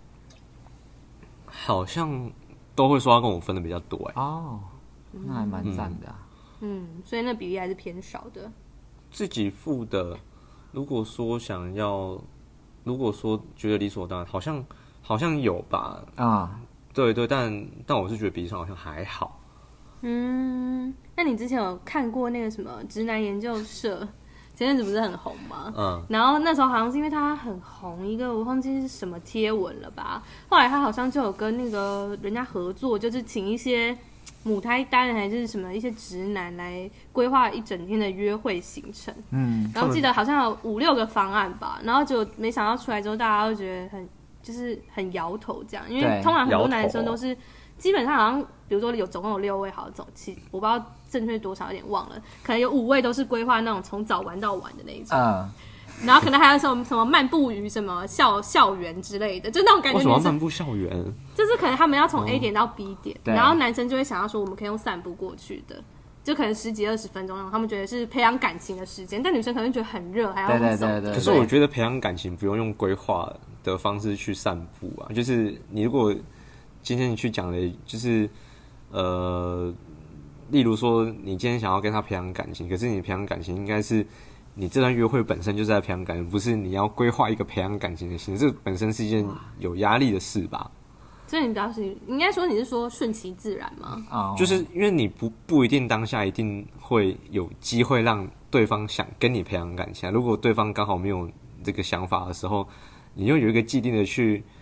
好像都会说要跟我分的比较多哎、欸。 哦，那还蛮赞的、啊嗯。嗯，所以那比例还是偏少的。 自己付的，如果说想要。如果说觉得理所当然，好像好像有吧啊， 对对，但但我是觉得比例上好像还好。 嗯，那你之前有看过那个什么直男研究社？前阵子不是很红吗？ 嗯， 然后那时候好像是因为他很红，一个我忘记是什么贴文了吧。后来他好像就有跟那个人家合作，就是请一些母胎单还是什么一些直男来规划一整天的约会行程， 嗯， 然后记得好像有五六个方案吧，然后就没想到出来之后，大家都觉得很就是很摇头这样，因为通常很多男生都是基本上好像，比如说有总共有六位，好总七，我不知道正确多少，有点忘了，可能有五位都是规划那种从早玩到晚的那一种， 嗯。 然后可能还有什么什么漫步于什么校校园之类的，就那种感觉。 为什么要漫步校园？ 就是可能他们要从 A 点到 B 点， 嗯、 然后男生就会想要说我们可以用散步过去的，就可能十几二十分钟那种，他们觉得是培养感情的时间，但女生可能觉得很热，还要走。 对对对对。 可是我觉得培养感情不用用规划的方式去散步啊，就是你如果今天你去讲的，就是呃，例如说你今天想要跟他培养感情，可是你培养感情应该是。你这段约会本身就是在培养感情，不是你要规划一个培养感情的行程，这本身是一件有压力的事吧？ 所以你表示应该说你是说顺其自然吗？ 哦， 就是因为你不不一定当下一定会有机会让对方想跟你培养感情，如果对方刚好没有这个想法的时候，你又有一个既定的去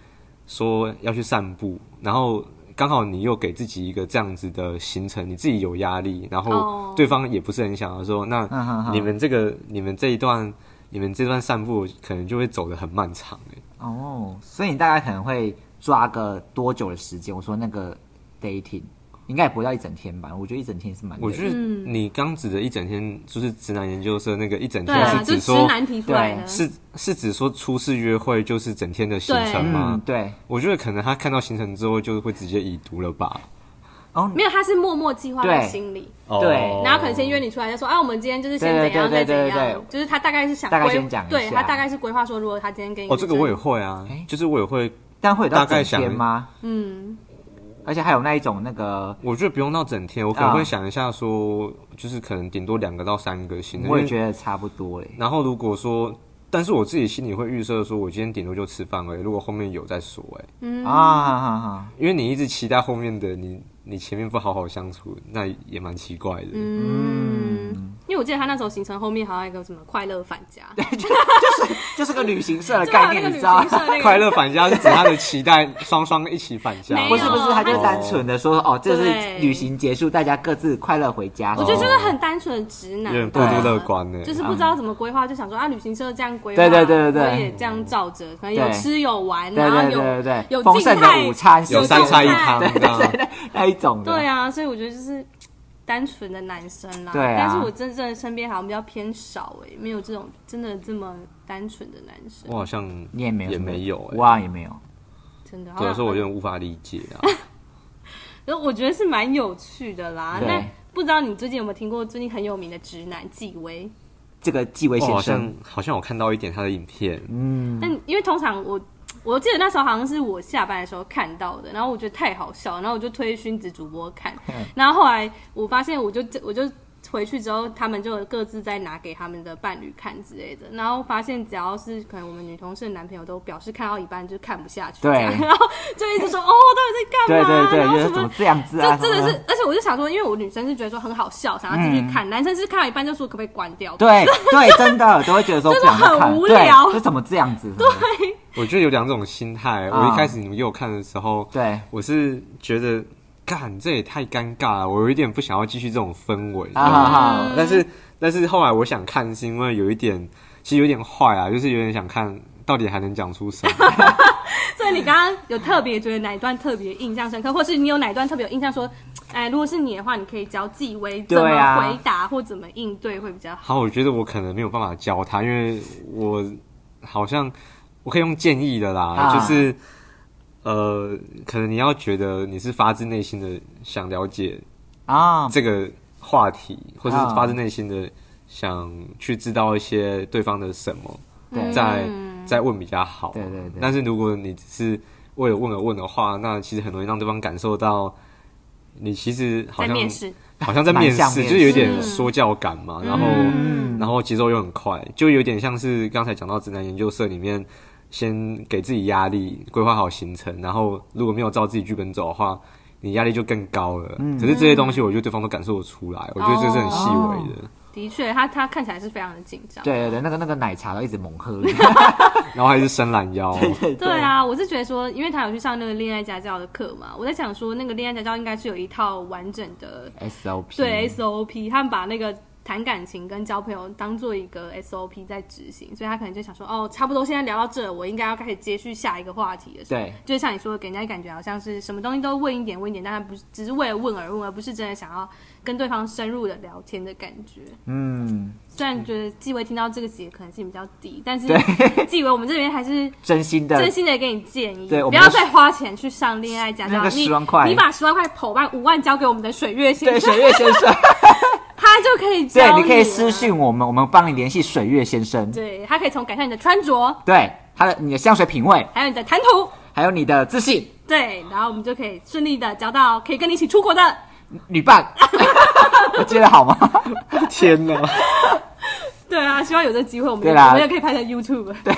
说要去散步，然后刚好你又给自己一个这样子的行程，你自己有压力，然后对方也不是很想要说，那你们这个你们这一段你们这段散步可能就会走得很漫长哎。 哦，所以你大概可能会抓个多久的时间？我说那个 dating。应该也不会到一整天吧？我觉得一整天是蛮。 我觉得你刚指的一整天，就是直男研究社那个一整天是指说， 直男提出来的， 是是指说初次约会就是整天的行程吗？ 嗯，对。 我觉得可能他看到行程之后，就会直接已读了吧。 哦，没有，他是默默计划在心里。 对， 然后可能先约你出来，就说，哎，我们今天就是先怎样再怎样，就是他大概是想大概先讲一下， 对他大概是规划说，如果他今天跟你哦，这个我也会啊，就是我也会， 但会有到整天吗？ 嗯。 而且还有那一种那个， 我觉得不用到整天，我可能会想一下说，就是可能顶多两个到三个行程。 我也觉得差不多嘞。 然后如果说，但是我自己心里会预设说，我今天顶多就吃饭而已，如果后面有再说哎。 嗯啊哈哈哈， 因为你一直期待后面的你，你前面不好好相处，那也蛮奇怪的。 嗯。因为我记得他那时候行程后面还有一个什么快乐返家， 对，就是就是个旅行社的概念，你知道吗？ 快乐返家是指他的期待双双一起返家， 不是不是，他就单纯的说哦，这是旅行结束，大家各自快乐回家。 我觉得就是很单纯的直男， 有点过度乐观呢， 就是不知道怎么规划，就想说啊，旅行社这样规划， 对对对对对， 我也这样照着，可能有吃有玩， 然后有对对有丰盛的午餐， 有三菜一汤， 对对对，那一种的。 对啊，所以我觉得就是单纯的男生啦， 对啊， 但是我真正身边好像比较偏少哎、欸，没有这种真的这么单纯的男生。 我好像你也没有， 也没有、欸， 哇，也没有， 真的。 有时候我有点无法理解啊。 我觉得是蛮有趣的啦。 对那不知道你最近有没有听过最近很有名的直男纪薇？ 这个纪薇先生， 好像好像我看到一点他的影片， 嗯，但因为通常我。我记得那时候好像是我下班的时候看到的，然后我觉得太好笑，然后我就推熏子主播看，然后后来我发现我就我就回去之后，他们就各自再拿给他们的伴侣看之类的，然后发现只要是可能我们女同事的男朋友都表示看到一半就看不下去， 对， 然后就一直说哦，到底在干嘛？ 对对对， 然后什么这样子啊？ 这真的是，而且我就想说，因为我女生是觉得说很好笑，想要继续看，嗯、男生是看到一半就说可不可以关掉？ 对对，真的都会觉得说就是很无聊， 这怎么这样子？ 对。 我觉得有两种心态。我一开始你们给我看的时候， 对， 我是觉得，干这也太尴尬了，我有一点不想要继续这种氛围。 啊， 但是但是后来我想看，是因为有一点，其实有点坏啊，就是有点想看到底还能讲出什么。 所以你刚刚有特别觉得哪一段特别印象深刻，或是你有哪一段特别有印象说，哎，如果是你的话，你可以教纪薇怎么回答或怎么应对会比较好。 好，我觉得我可能没有办法教他，因为我好像。我可以用建议的啦，啊、就是呃，可能你要觉得你是发自内心的想了解啊这个话题，啊、或是发自内心的想去知道一些对方的什么， 对， 再再问比较好。 对对对。 但是如果你只是为了问而问的话，那其实很容易让对方感受到你其实好像在面试， 好像在面试，就有点说教感嘛，然后、嗯、然后节奏又很快，就有点像是刚才讲到直男研究社里面。先给自己压力，规划好行程，然后如果没有照自己剧本走的话，你压力就更高了。嗯、可是这些东西，我觉得对方都感受得出来，我觉得这是很细微的。 哦、的确，他他看起来是非常的紧张。 对对对，那个那个奶茶都一直猛喝， 然后还是伸懒腰。 对, 对, 对, 对啊，我是觉得说，因为他有去上那个恋爱家教的课嘛，我在想说，那个恋爱家教应该是有一套完整的 S O P， 对 S O P， 他们把那个。谈感情跟交朋友当做一个 S O P 在执行，所以他可能就想说，哦，差不多现在聊到这，我应该要开始接续下一个话题的时候， 对， 就是像你说的，给人家感觉好像是什么东西都问一点问一点，但他不是只是为了问而问，而不是真的想要跟对方深入的聊天的感觉。嗯，虽然觉得纪薇听到这个节可能性比较低，但是纪薇我们这边还是真心的真心的给你建议， 对， 不要再花钱去上恋爱家教， 那个十万块， 你把十万块跑办五万交给我们的水月先生， 对，水月先生。 他就可以教你，对，你可以私讯我们，我们帮你联系水月先生。 对，他可以从改善你的穿着， 对，他的你的香水品味， 还有你的谈吐， 还有你的自信， 对，然后我们就可以顺利的找到可以跟你一起出国的女伴。我接得好吗？ 天哪！ 对啊，希望有这个机会，我们对啦， 我们也可以拍成 YouTube。对，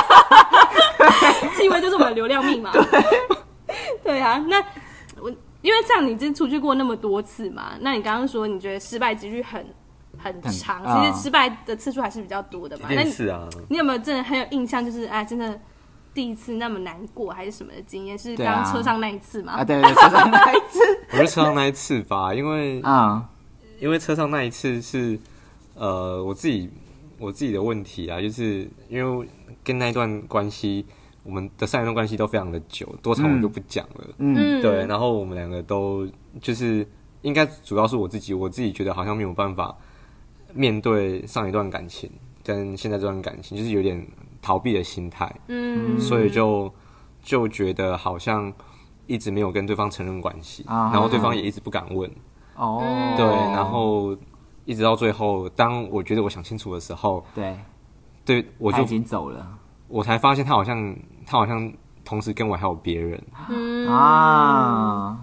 纪薇就是我们的流量密码。对，对啊，那我。因为这样，你真出去过那么多次嘛？那你刚刚说你觉得失败几率很很长，嗯、其实失败的次数还是比较多的嘛。 那是啊。 你有没有真的很有印象？就是哎，真的第一次那么难过还是什么的经验？是刚刚车上那一次吗？ 啊，对对，车上那一次， 我是车上那一次吧，因为啊、嗯， 因为车上那一次是呃我自己我自己的问题啊，就是因为跟那一段关系，我们的上一段关系都非常的久，多长我就不讲了，嗯，对，然后我们两个都就是应该主要是我自己，我自己觉得好像没有办法面对上一段感情跟现在这段感情，就是有点逃避的心态，嗯，所以就就觉得好像一直没有跟对方承认关系，啊、然后对方也一直不敢问，哦，对，然后一直到最后，当我觉得我想清楚的时候， 对， 对我就他已经走了， 我才发现他好像他好像同时跟我还有别人， 嗯啊，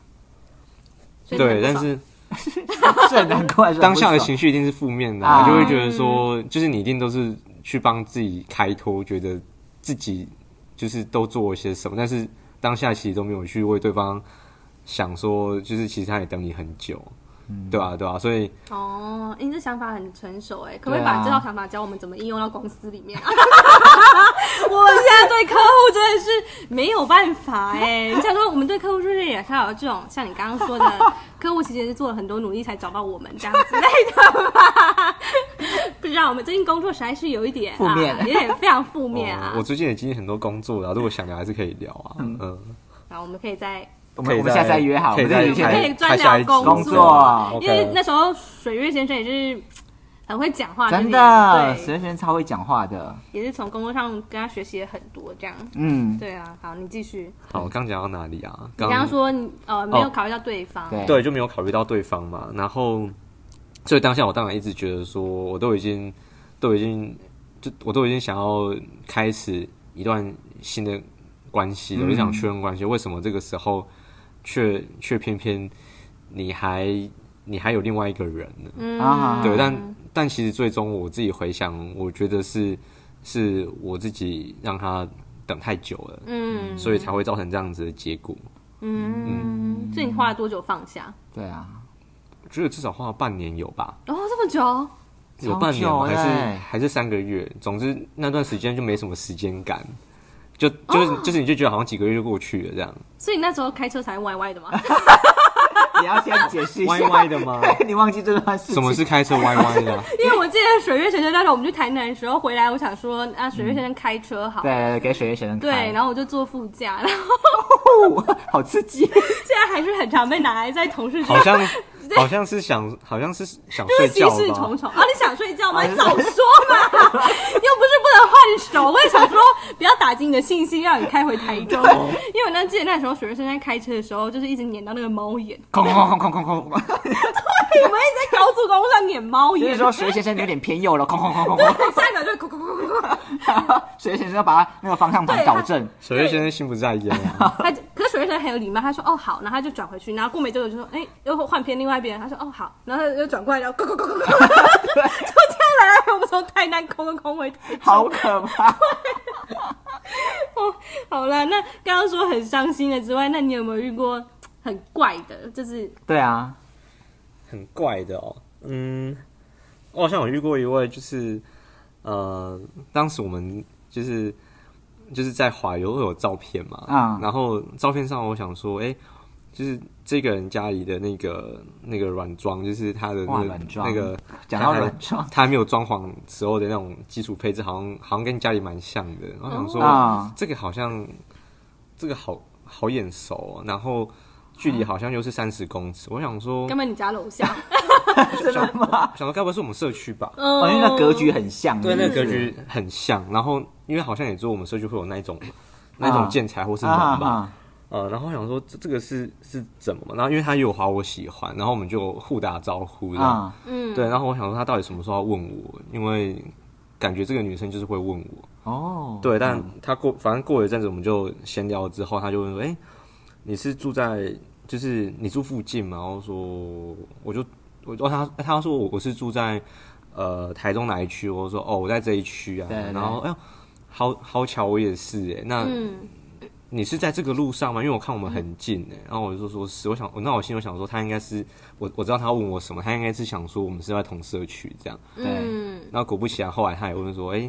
对，但是。 是很难过， 当下的情绪一定是负面的、啊，啊、就会觉得说，就是你一定都是去帮自己开脱，觉得自己就是都做了些什么，但是当下其实都没有去为对方想说，就是其实他也等你很久，嗯、对吧、啊？对吧、啊？所以哦，你这想法很成熟哎，可不可以把这套想法教我们怎么应用到公司里面啊？我现在对客户真的是没有办法哎，你想说我们对客户就是也是有这种像你刚刚说的。客户其实也是做了很多努力才找到我们这样之类的吧，不知道我们最近工作实在是有一点负面， 啊、有点非常负面啊、 哦。我最近也经历很多工作啦，如果想聊还是可以聊啊。嗯，嗯然后我们可以再， 我们我们下次再约好， 可以再可以专聊工工作， 因为那时候水月先生也是很会讲话， 真的，水月先生超会讲话的， 也是从工作上跟他学习了很多这样。 嗯， 对啊，好，你继续。 好，刚讲到哪里啊？ 你刚刚说你呃没有考虑到对方， 哦、对，就没有考虑到对方嘛。然后，所以当下我当然一直觉得说，我都已经都已经就我都已经想要开始一段新的关系了，我就想确认关系。为什么这个时候却却偏偏你还你还有另外一个人呢？嗯，对，但但其实最终我自己回想，我觉得是是我自己让他等太久了，嗯，所以才会造成这样子的结果。 嗯嗯，所以你花了多久放下？ 对啊， 我觉得至少花了半年有吧。 哦，这么久？ 有半年还是还是三个月？总之那段时间就没什么时间感。就就是、哦、就是，你就觉得好像几个月就过去了这样。 所以你那时候开车才歪歪的吗？ 你要先解释一下歪歪的吗？ 你忘记这段事情？ 什么是开车歪歪的、啊？ 因为我记得水月先生那时候我们去台南的时候回来，我想说啊，水月先生开车好， 对对对，给水月先生开。 对，然后我就坐副驾，然后好刺激。 现在还是很常被拿来在同事好像好像是想好像是想睡觉吧？ 就是稀释重重啊！你想睡觉吗？你早说嘛！又不是不能换手，我也想说不要打击你的信心，让你开回台中。因为我那记得那时候水月先生开车的时候，就是一直黏到那个猫眼， 空空空空空空空。 对，我们一直在高速公路上黏猫眼。 就是说水月先生有点偏右了，空空空空空。 对，下一秒就空空空空空。 水月先生要把他那个方向盘导正。 水月先生心不在焉啊。 他可是水月先生很有礼貌，他说哦好，然后他就转回去，然后过没多久就说哎、欸、又换偏另外一边，他说哦好，然后他又转过来，然后空空空空空，就这样来来，我们从台南空空空回台中， 好可怕。 哦，好了，那刚刚说很伤心的之外，那你有没有遇过很怪的？就是对啊， 很怪的哦。嗯，我好像有遇过一位，就是呃，当时我们就是就是在滑游会有照片嘛，啊、嗯，然后照片上我想说，哎、欸，就是这个人家里的那个那个软装，就是他的那个那个讲到软装， 他还没有装潢时候的那种基础配置，好像好像跟家里蛮像的。然后想说，哦、这个好像这个好好眼熟、哦，然后距离好像又是三十公尺。我想说， 根本你家楼下， 真的吗？ 想说该不会是我们社区吧？ 哦，因为那格局很像， 对，那格局很像。然后因为好像也只有我们社区会有那一种、啊、那一种建材或是门吧。啊啊呃，然后我想说这这个是是怎么嘛？然后因为他也有滑我喜欢，然后我们就互打招呼这样，嗯，对。然后我想说他到底什么时候要问我？因为感觉这个女生就是会问我哦，对。但他过反正过了一阵子，我们就闲聊之后，他就问说：“哎、欸，你是住在就是你住附近吗？”然后说我就我哦他他说我我是住在呃台中哪一区？我说哦我在这一区啊。对对对，然后哎呦好好巧我也是哎、欸、那。嗯你是在这个路上吗？因为我看我们很近哎、欸，然后我就说是，我想，那我心里想说，他应该是我我知道他问我什么，他应该是想说我们是在同社区这样，对。然后果不其然，后来他也问说，哎、欸，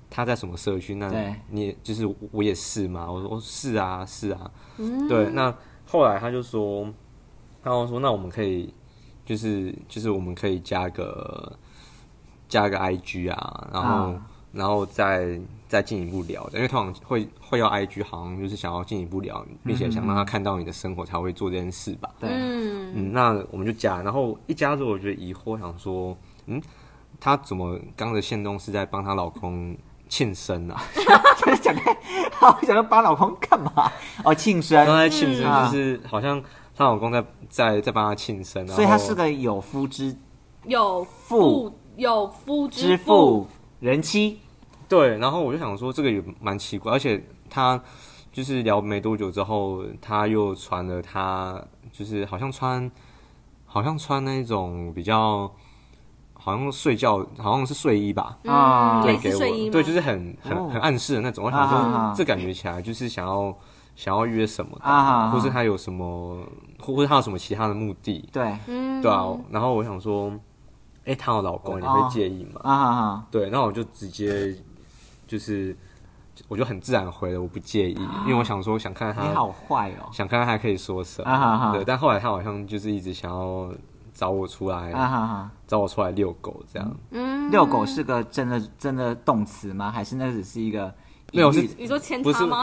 他在什么社区？那你也就是我也是嘛？我说是啊，是啊。嗯、对，那后来他就说，他就说那我们可以，就是就是我们可以加个加个 I G 啊，然后、啊、然后再再进一步聊的，因为通常会会要 I G， 好像就是想要进一步聊，并且想让他看到你的生活才会做这件事吧。 对， 嗯，嗯那我们就加，然后一加之后，我觉得疑惑，想说，嗯，她怎么刚的限动是在帮她老公庆生啊？ 就是讲好想要帮老公干嘛？哦，庆生， 刚才庆生就是好像她老公在在在帮她庆生， 所以她是个有夫之有妇有夫之妇人妻。 对，然后我就想说这个也蛮奇怪，而且她就是聊没多久之后，她又传了她就是好像穿好像穿那种比较。好像睡觉，好像是睡衣吧， 啊、嗯， 对，给我，对，就是很很、 哦、 很暗示的那种。我想说，啊、这感觉起来就是想要想要约什么的，啊、或是他有什么，或是他有什么其他的目的， 对， 对啊。然后我想说，哎、欸，她有老公，你会介意吗？ 啊， 对，那我就直接就是，我就很自然回了，我不介意，啊、因为我想说，想看看他， 你好坏哦， 想看看他可以说什么， 啊、 对。但后来他好像就是一直想要。找我出来，啊、哈哈找我出来遛狗，这样。 嗯，遛狗是个真的真的动词吗？还是那只是一个？ 没有，是你说牵他吗？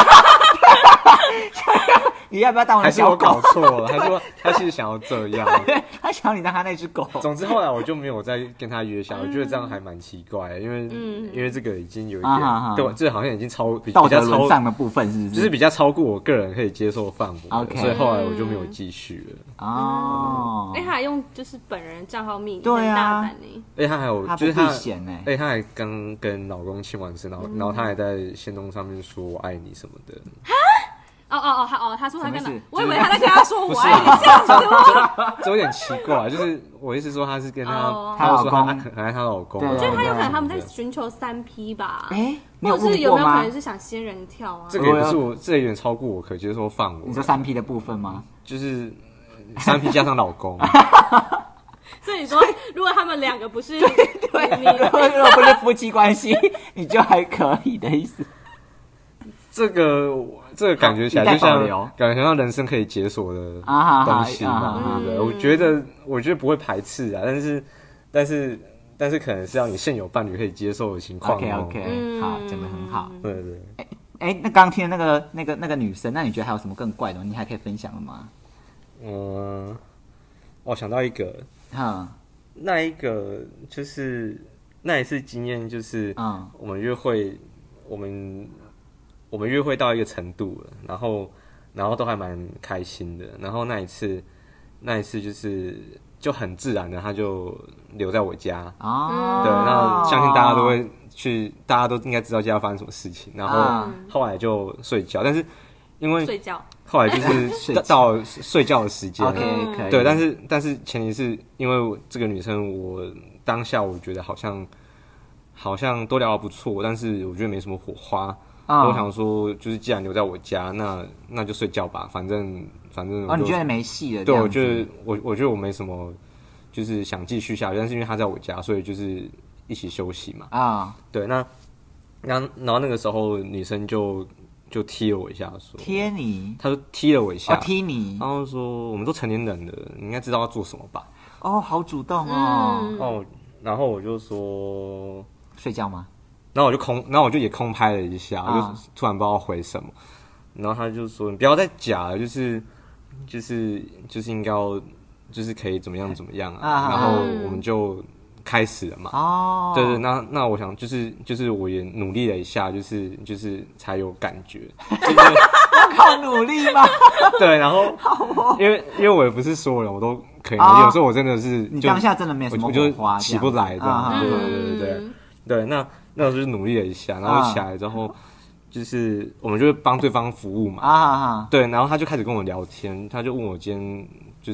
你要不要当我的小狗？还是我搞错了？还是我他其实想要这样？ 他想要你当他那只狗。 总之后来我就没有再跟他约下，我觉得这样还蛮奇怪的，因为、嗯、因为这个已经有一点，啊、对，这好像已经超比道德沦丧的部分，是不是？ 就是比较超过我个人可以接受的范围， okay 所以后来我就没有继续了。 哦， 哎、欸，他还用就是本人账号密， 对啊， 很大胆呢。 哎，他还有他就是他， 哎， 哎，他还刚跟老公庆完生，然后、嗯、然后他还在限动上面说我爱你什么的。 哈？哦哦哦，他哦，他说他跟他，我以为他在跟他说我爱你这样子， 这有点奇怪。就是我意思说他是跟他， 哦、他老公很爱她老公。 我觉得他有可能他们在寻求三 P 吧。 哎， 或者是有没有可能是想仙人跳啊？ 这个也不是我，这有点超过我可接受范围。 你说三 P 的部分吗？ 就是三 P 加上老公。 所以你说，如果他们两个不是对对，如果如果不是夫妻关系，你就还可以的意思。 这个这个感觉起来就像感觉像人生可以解锁的东西嘛，对不对？我觉得我觉得不会排斥啊，但是但是但是可能是要你现有伴侣可以接受的情况。 OK OK， 好，讲得很好。 对对。 哎哎，那刚刚听的那个那个那个女生，那你觉得还有什么更怪的？你还可以分享了吗？ 嗯，我想到一个， 嗯， 那一个就是那一次经验，就是嗯，我们约会，我们。我们约会到一个程度了，然后，然后都还蛮开心的。然后那一次，那一次就是就很自然的，他就留在我家。哦，对，那相信大家都会去，大家都应该知道接下来发生什么事情。然后后来就睡觉，但是因为睡觉， 后来就是到睡觉的时间。 OK， 可以。 对，但是但是前提是因为这个女生，我当下我觉得好像好像都聊得不错，但是我觉得没什么火花。我想说，就是既然留在我家，那那就睡觉吧，反正反正。 哦，你觉得没戏了？ 对，我觉得我我觉得我没什么，就是想继续下去，但是因为他在我家，所以就是一起休息嘛。啊，对，那然后然后那个时候女生就就踢了我一下，说踢你， 她就踢了我一下， 哦、踢你， 然后说我们都成年人了，你应该知道要做什么吧？ 哦，好主动哦。 嗯、哦，然后我就说睡觉吗？ 然后我就空，然后我就也空拍了一下，我、啊、就突然不知道回什么，然后他就说：“你不要再假了，就是就是就是应该要就是可以怎么样怎么样啊。啊”然后我们就开始了嘛。哦，对对，那那我想就是就是我也努力了一下，就是就是才有感觉。就是要靠努力吗？ 对，然后因为因为我也不是所有人我都可以，啊、有时候我真的是你当下真的没什么火花， 我就起不来这样。啊、对对对对对对，那。那时候就是努力了一下，然后起来之后，就是我们就会帮对方服务嘛。啊，对，然后他就开始跟我聊天，他就问我今天就是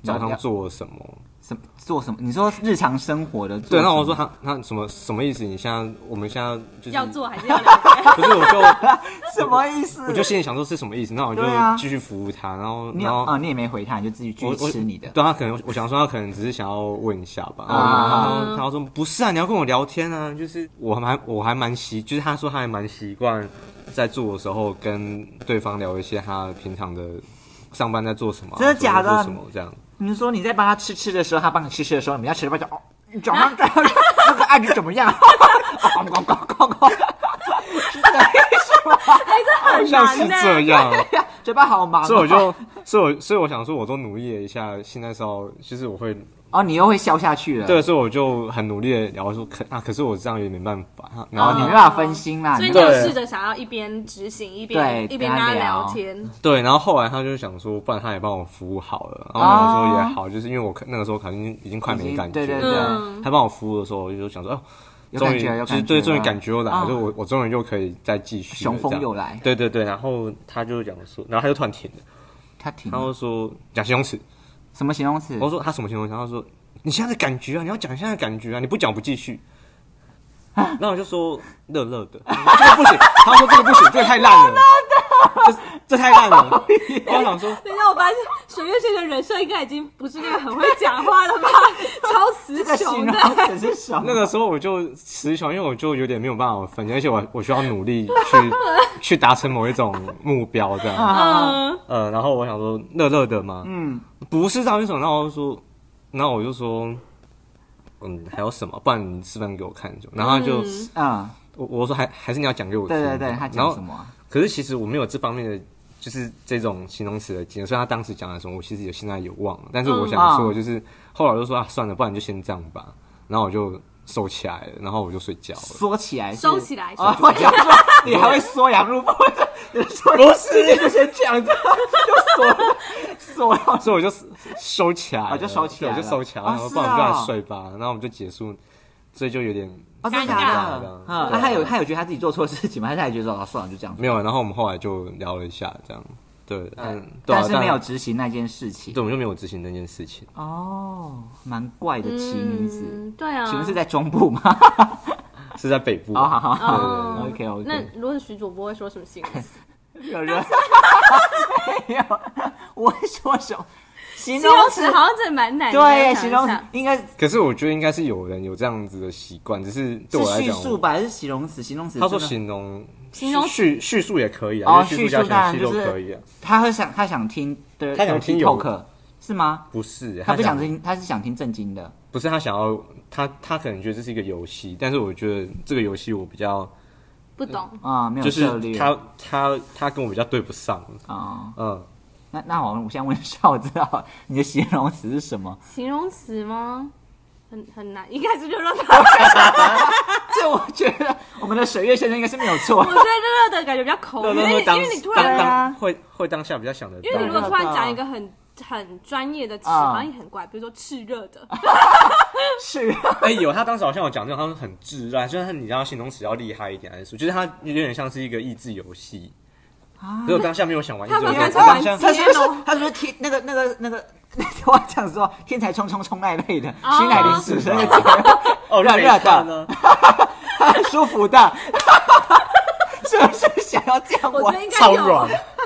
早上做了什么。 什么做什么？你说日常生活的做对，那我说他他什么什么意思？你现在我们现在就是要做还是要聊天？ 不是，我就什么意思？ 我就心里想说是什么意思？那我就继续服务他，然后你然后啊、嗯，你也没回他，你就自己继续吃你的。 对他可能我想说他可能只是想要问一下吧，啊、然后他说不是啊，你要跟我聊天啊，就是我还我还蛮习，就是他说他还蛮习惯在做的时候跟对方聊一些他平常的上班在做什么、啊， 真的假的？ 做什么这样？ 你说你在帮他吃吃的时候，他帮你吃吃的时候，你们要吃的时候，哦，你早上这样那个案子怎么样？咣咣咣咣咣，是这个意思吗？ 哎，这很像是这样， 嘴巴好忙、哦。 所以我就，所以我所以我想说，我都努力了一下，现在时候就是我会。 哦，你又会消下去了。 对，所以我就很努力的聊说，可啊，可是我这样也没办法，然后你没办法分心啦。 所以你有试着想要一边执行一边一边跟他聊天。 对，然后后来他就想说，不然他也帮我服务好了。然后我说也好，就是因为我那个时候可能已经快没感觉了， 对对对。 他帮我服务的时候，我就想说，哦， 终于就是对，终于感觉又来了，就我我终于又可以再继续。 雄风又来。 对对对，然后他就讲说，然后他就突然停了， 他停， 他就说讲形容词， 什么形容词？ 我说他什么形容词？他说。你现在的感觉啊，你要讲现在的感觉啊，你不讲我不继续。然后我就说热热的，这个不行。他说这个不行，这个太烂了，这这太烂了。我想说， 等一下，我发现水月线的人设应该已经不是那个很会讲话了吧？超词穷的。 那个时候我就词穷，因为我就有点没有办法分析，而且我我需要努力去去达成某一种目标这样。嗯。呃，然后我想说热热的吗？嗯，不是这样一种。然后我就说。然后我就说，嗯，还有什么？不然你示范给我看就。然后他就，嗯，我我说还还是你要讲给我听。 对对对，他讲什么、啊？ 可是其实我没有这方面的，就是这种形容词的经验，所以他当时讲的时候，我其实有现在有忘了。但是我想说，就是、嗯、后来我就说啊，算了，不然就先这样吧。然后我就收起来了，然后我就睡觉了。 缩起来， 收起来。 啊，我想说，你还会缩阳入腹？ 不是， 你就先讲着，就缩缩， 所以我就收起来了， 我就收起来， 我就收起来，然后不然不然睡吧，然后我们就结束，所以就有点尴尬的。嗯，那他有他有觉得他自己做错事情吗？还是他也觉得算了就这样？ 没有，然后我们后来就聊了一下，这样。对， 但但是没有执行那件事情。 对，我们就没有执行那件事情。 哦，蛮怪的奇女子。 对啊， 请问是在中部吗？ 是在北部。 哦，好好好 ，OK OK。 那如果是徐主播会说什么形容词？ 有人没有，我会说什么？形容词好像真的蛮难的。 对，形容词应该。 可是我觉得应该是有人有这样子的习惯，只是对我来讲， 是叙述吧，还是形容词？形容词。 他说形容。 形容叙叙述也可以啊， 哦，叙述当然都可以啊。 他会想，他想听的， 他想听有课是吗？ 不是， 他不想听，他是想听正经的。 不是，他想要他他可能觉得这是一个游戏，但是我觉得这个游戏我比较不懂啊，没有涉猎。 就是他他他跟我比较对不上啊。嗯， 那那我我现在问少子啊，你的形容词是什么？ 形容词吗？很很难，一开始就让他。 这我觉得我们的水月先生应该是没有错。我对热热的感觉比较口语，因为因为你突然当会会当下比较想得到。 因为你如果突然讲一个很很专业的词，好像也很怪，比如说炽热的。 是。 哎，有他当时好像有讲这种，他说很炙热，就是你要形容词要厉害一点，还是就是他有点像是一个益智游戏。啊！所以我当下没有想完益智游戏， 他当下他是不是他是不是天那个那个那个？我这样说，天才冲冲冲那一类的，徐乃麟主持那个节目， 哦， 热热的，舒服的，是不是想要这样玩？ 超软。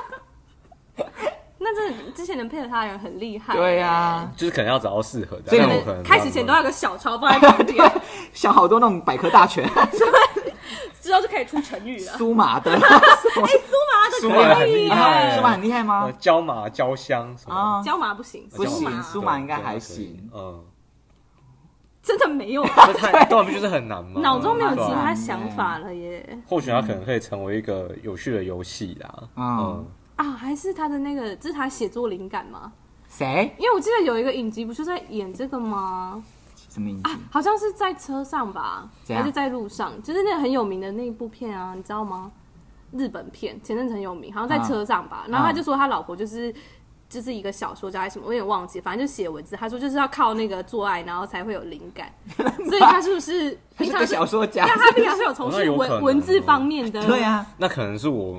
那这之前能配合他的人很厉害。 对呀、啊， 就是可能要找到适合的。 所以我可能开始前都要有个小抄放在旁边， 想好多那种百科大全， 之后就可以出成语了。 苏麻的，哎， 苏麻的苏麻很厉害， 苏麻很厉害吗？ 椒麻、椒香什么？ 椒麻不行， 不行，苏麻应该还行。 嗯， 真的没有， 这太根本不就是很难吗？ 脑中没有其他想法了耶。 或许他可能可以成为一个有趣的游戏啦。嗯。 啊，还是他的那个，这是他写作灵感吗？ 谁？ 因为我记得有一个影集，不是在演这个吗？ 什么影集？ 啊，好像是在车上吧，还是在路上？就是那个很有名的那一部片啊，你知道吗？日本片，前阵子很有名，好像在车上吧。啊、然后他就说他老婆就是就是一个小说家还是什么，我有点忘记，反正就写文字。他说就是要靠那个做爱，然后才会有灵感。所以他是不是平常是个小说家？ 那他平常是有从事文文字方面的？ 对啊， 那可能是我。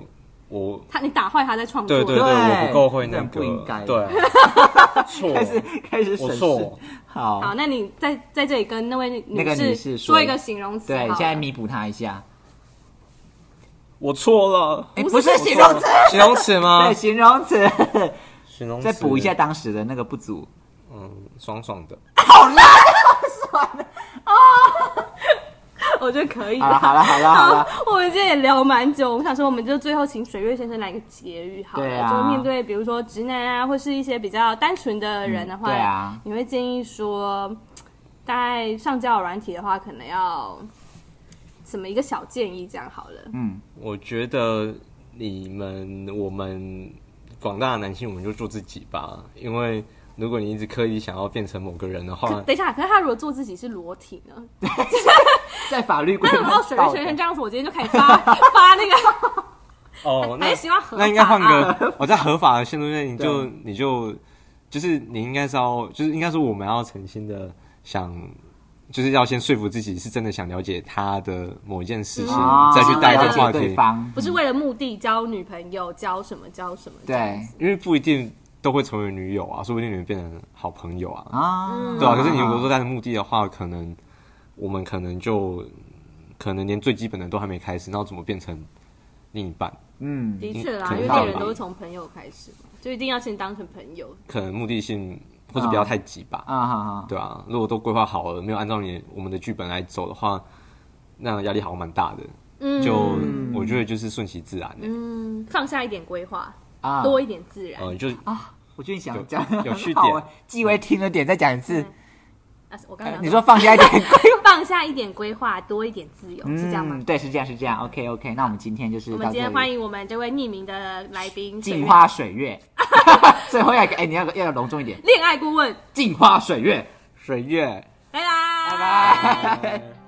我他你打坏他在创作， 对对对，我不够会那个， 不应该， 对，错， 开始开始我错， 好， 好，那你在在这里跟那位女那个女士说一个形容词， 对，现在弥补她一下。 我错了， 哎，不是形容词， 形容词吗？ 对，形容词， 形容词， 再补一下当时的那个不足。 嗯，爽爽的， 好烂，算了啊。我觉得可以。 好了好了好了好了， 我们今天也聊蛮久，我想说，我们就最后请水月先生来一个结语好了。 对啊， 就面对比如说直男啊，或是一些比较单纯的人的话， 嗯、对啊， 你会建议说，大概上交友软体的话，可能要什么一个小建议这样好了？ 嗯， 我觉得你们我们广大的男性，我们就做自己吧，因为。如果你一直刻意想要变成某个人的话， 等一下，可是他如果做自己是裸体呢？ 在法律规范， 那如果水月先生这样子，我今天就可以发发那个哦，那希望合法、啊、 那应该换个，我、哦、在合法的限度内，你就你就就是你应该是要，就是应该说我们要诚心的想，就是要先说服自己是真的想了解他的某一件事情，嗯、再去带这个话题， 不是为了目的交女朋友，交什么交什么， 对， 因为不一定。都会成为女友啊，说不定你们变成好朋友啊， 啊， 对啊。可是你如果说带着目的的话，可能我们可能就可能连最基本的都还没开始，那怎么变成另一半？ 嗯，的确啦，因为对人都是从朋友开始嘛，就一定要先当成朋友。 可能目的性或是不要太急吧，啊哈哈，对啊。如果都规划好了，没有按照你我们的剧本来走的话，那压力好像蛮大的。嗯，就我觉得就是顺其自然的， 嗯，放下一点规划，啊，多一点自然， 嗯，就啊。我觉得你想讲有趣点， 纪薇听了点，再讲一次。 啊，我刚刚、呃、 你说放下一点规划， 放下一点规划，多一点自由，嗯、是这样吗？ 对，是这样，是这样。OK OK， 那我们今天就是我们今天欢迎我们这位匿名的来宾， 镜花水月。最后要一个，哎、欸，你要要隆重一点。 恋爱顾问， 镜花水月， 水月， 拜拜， 拜拜。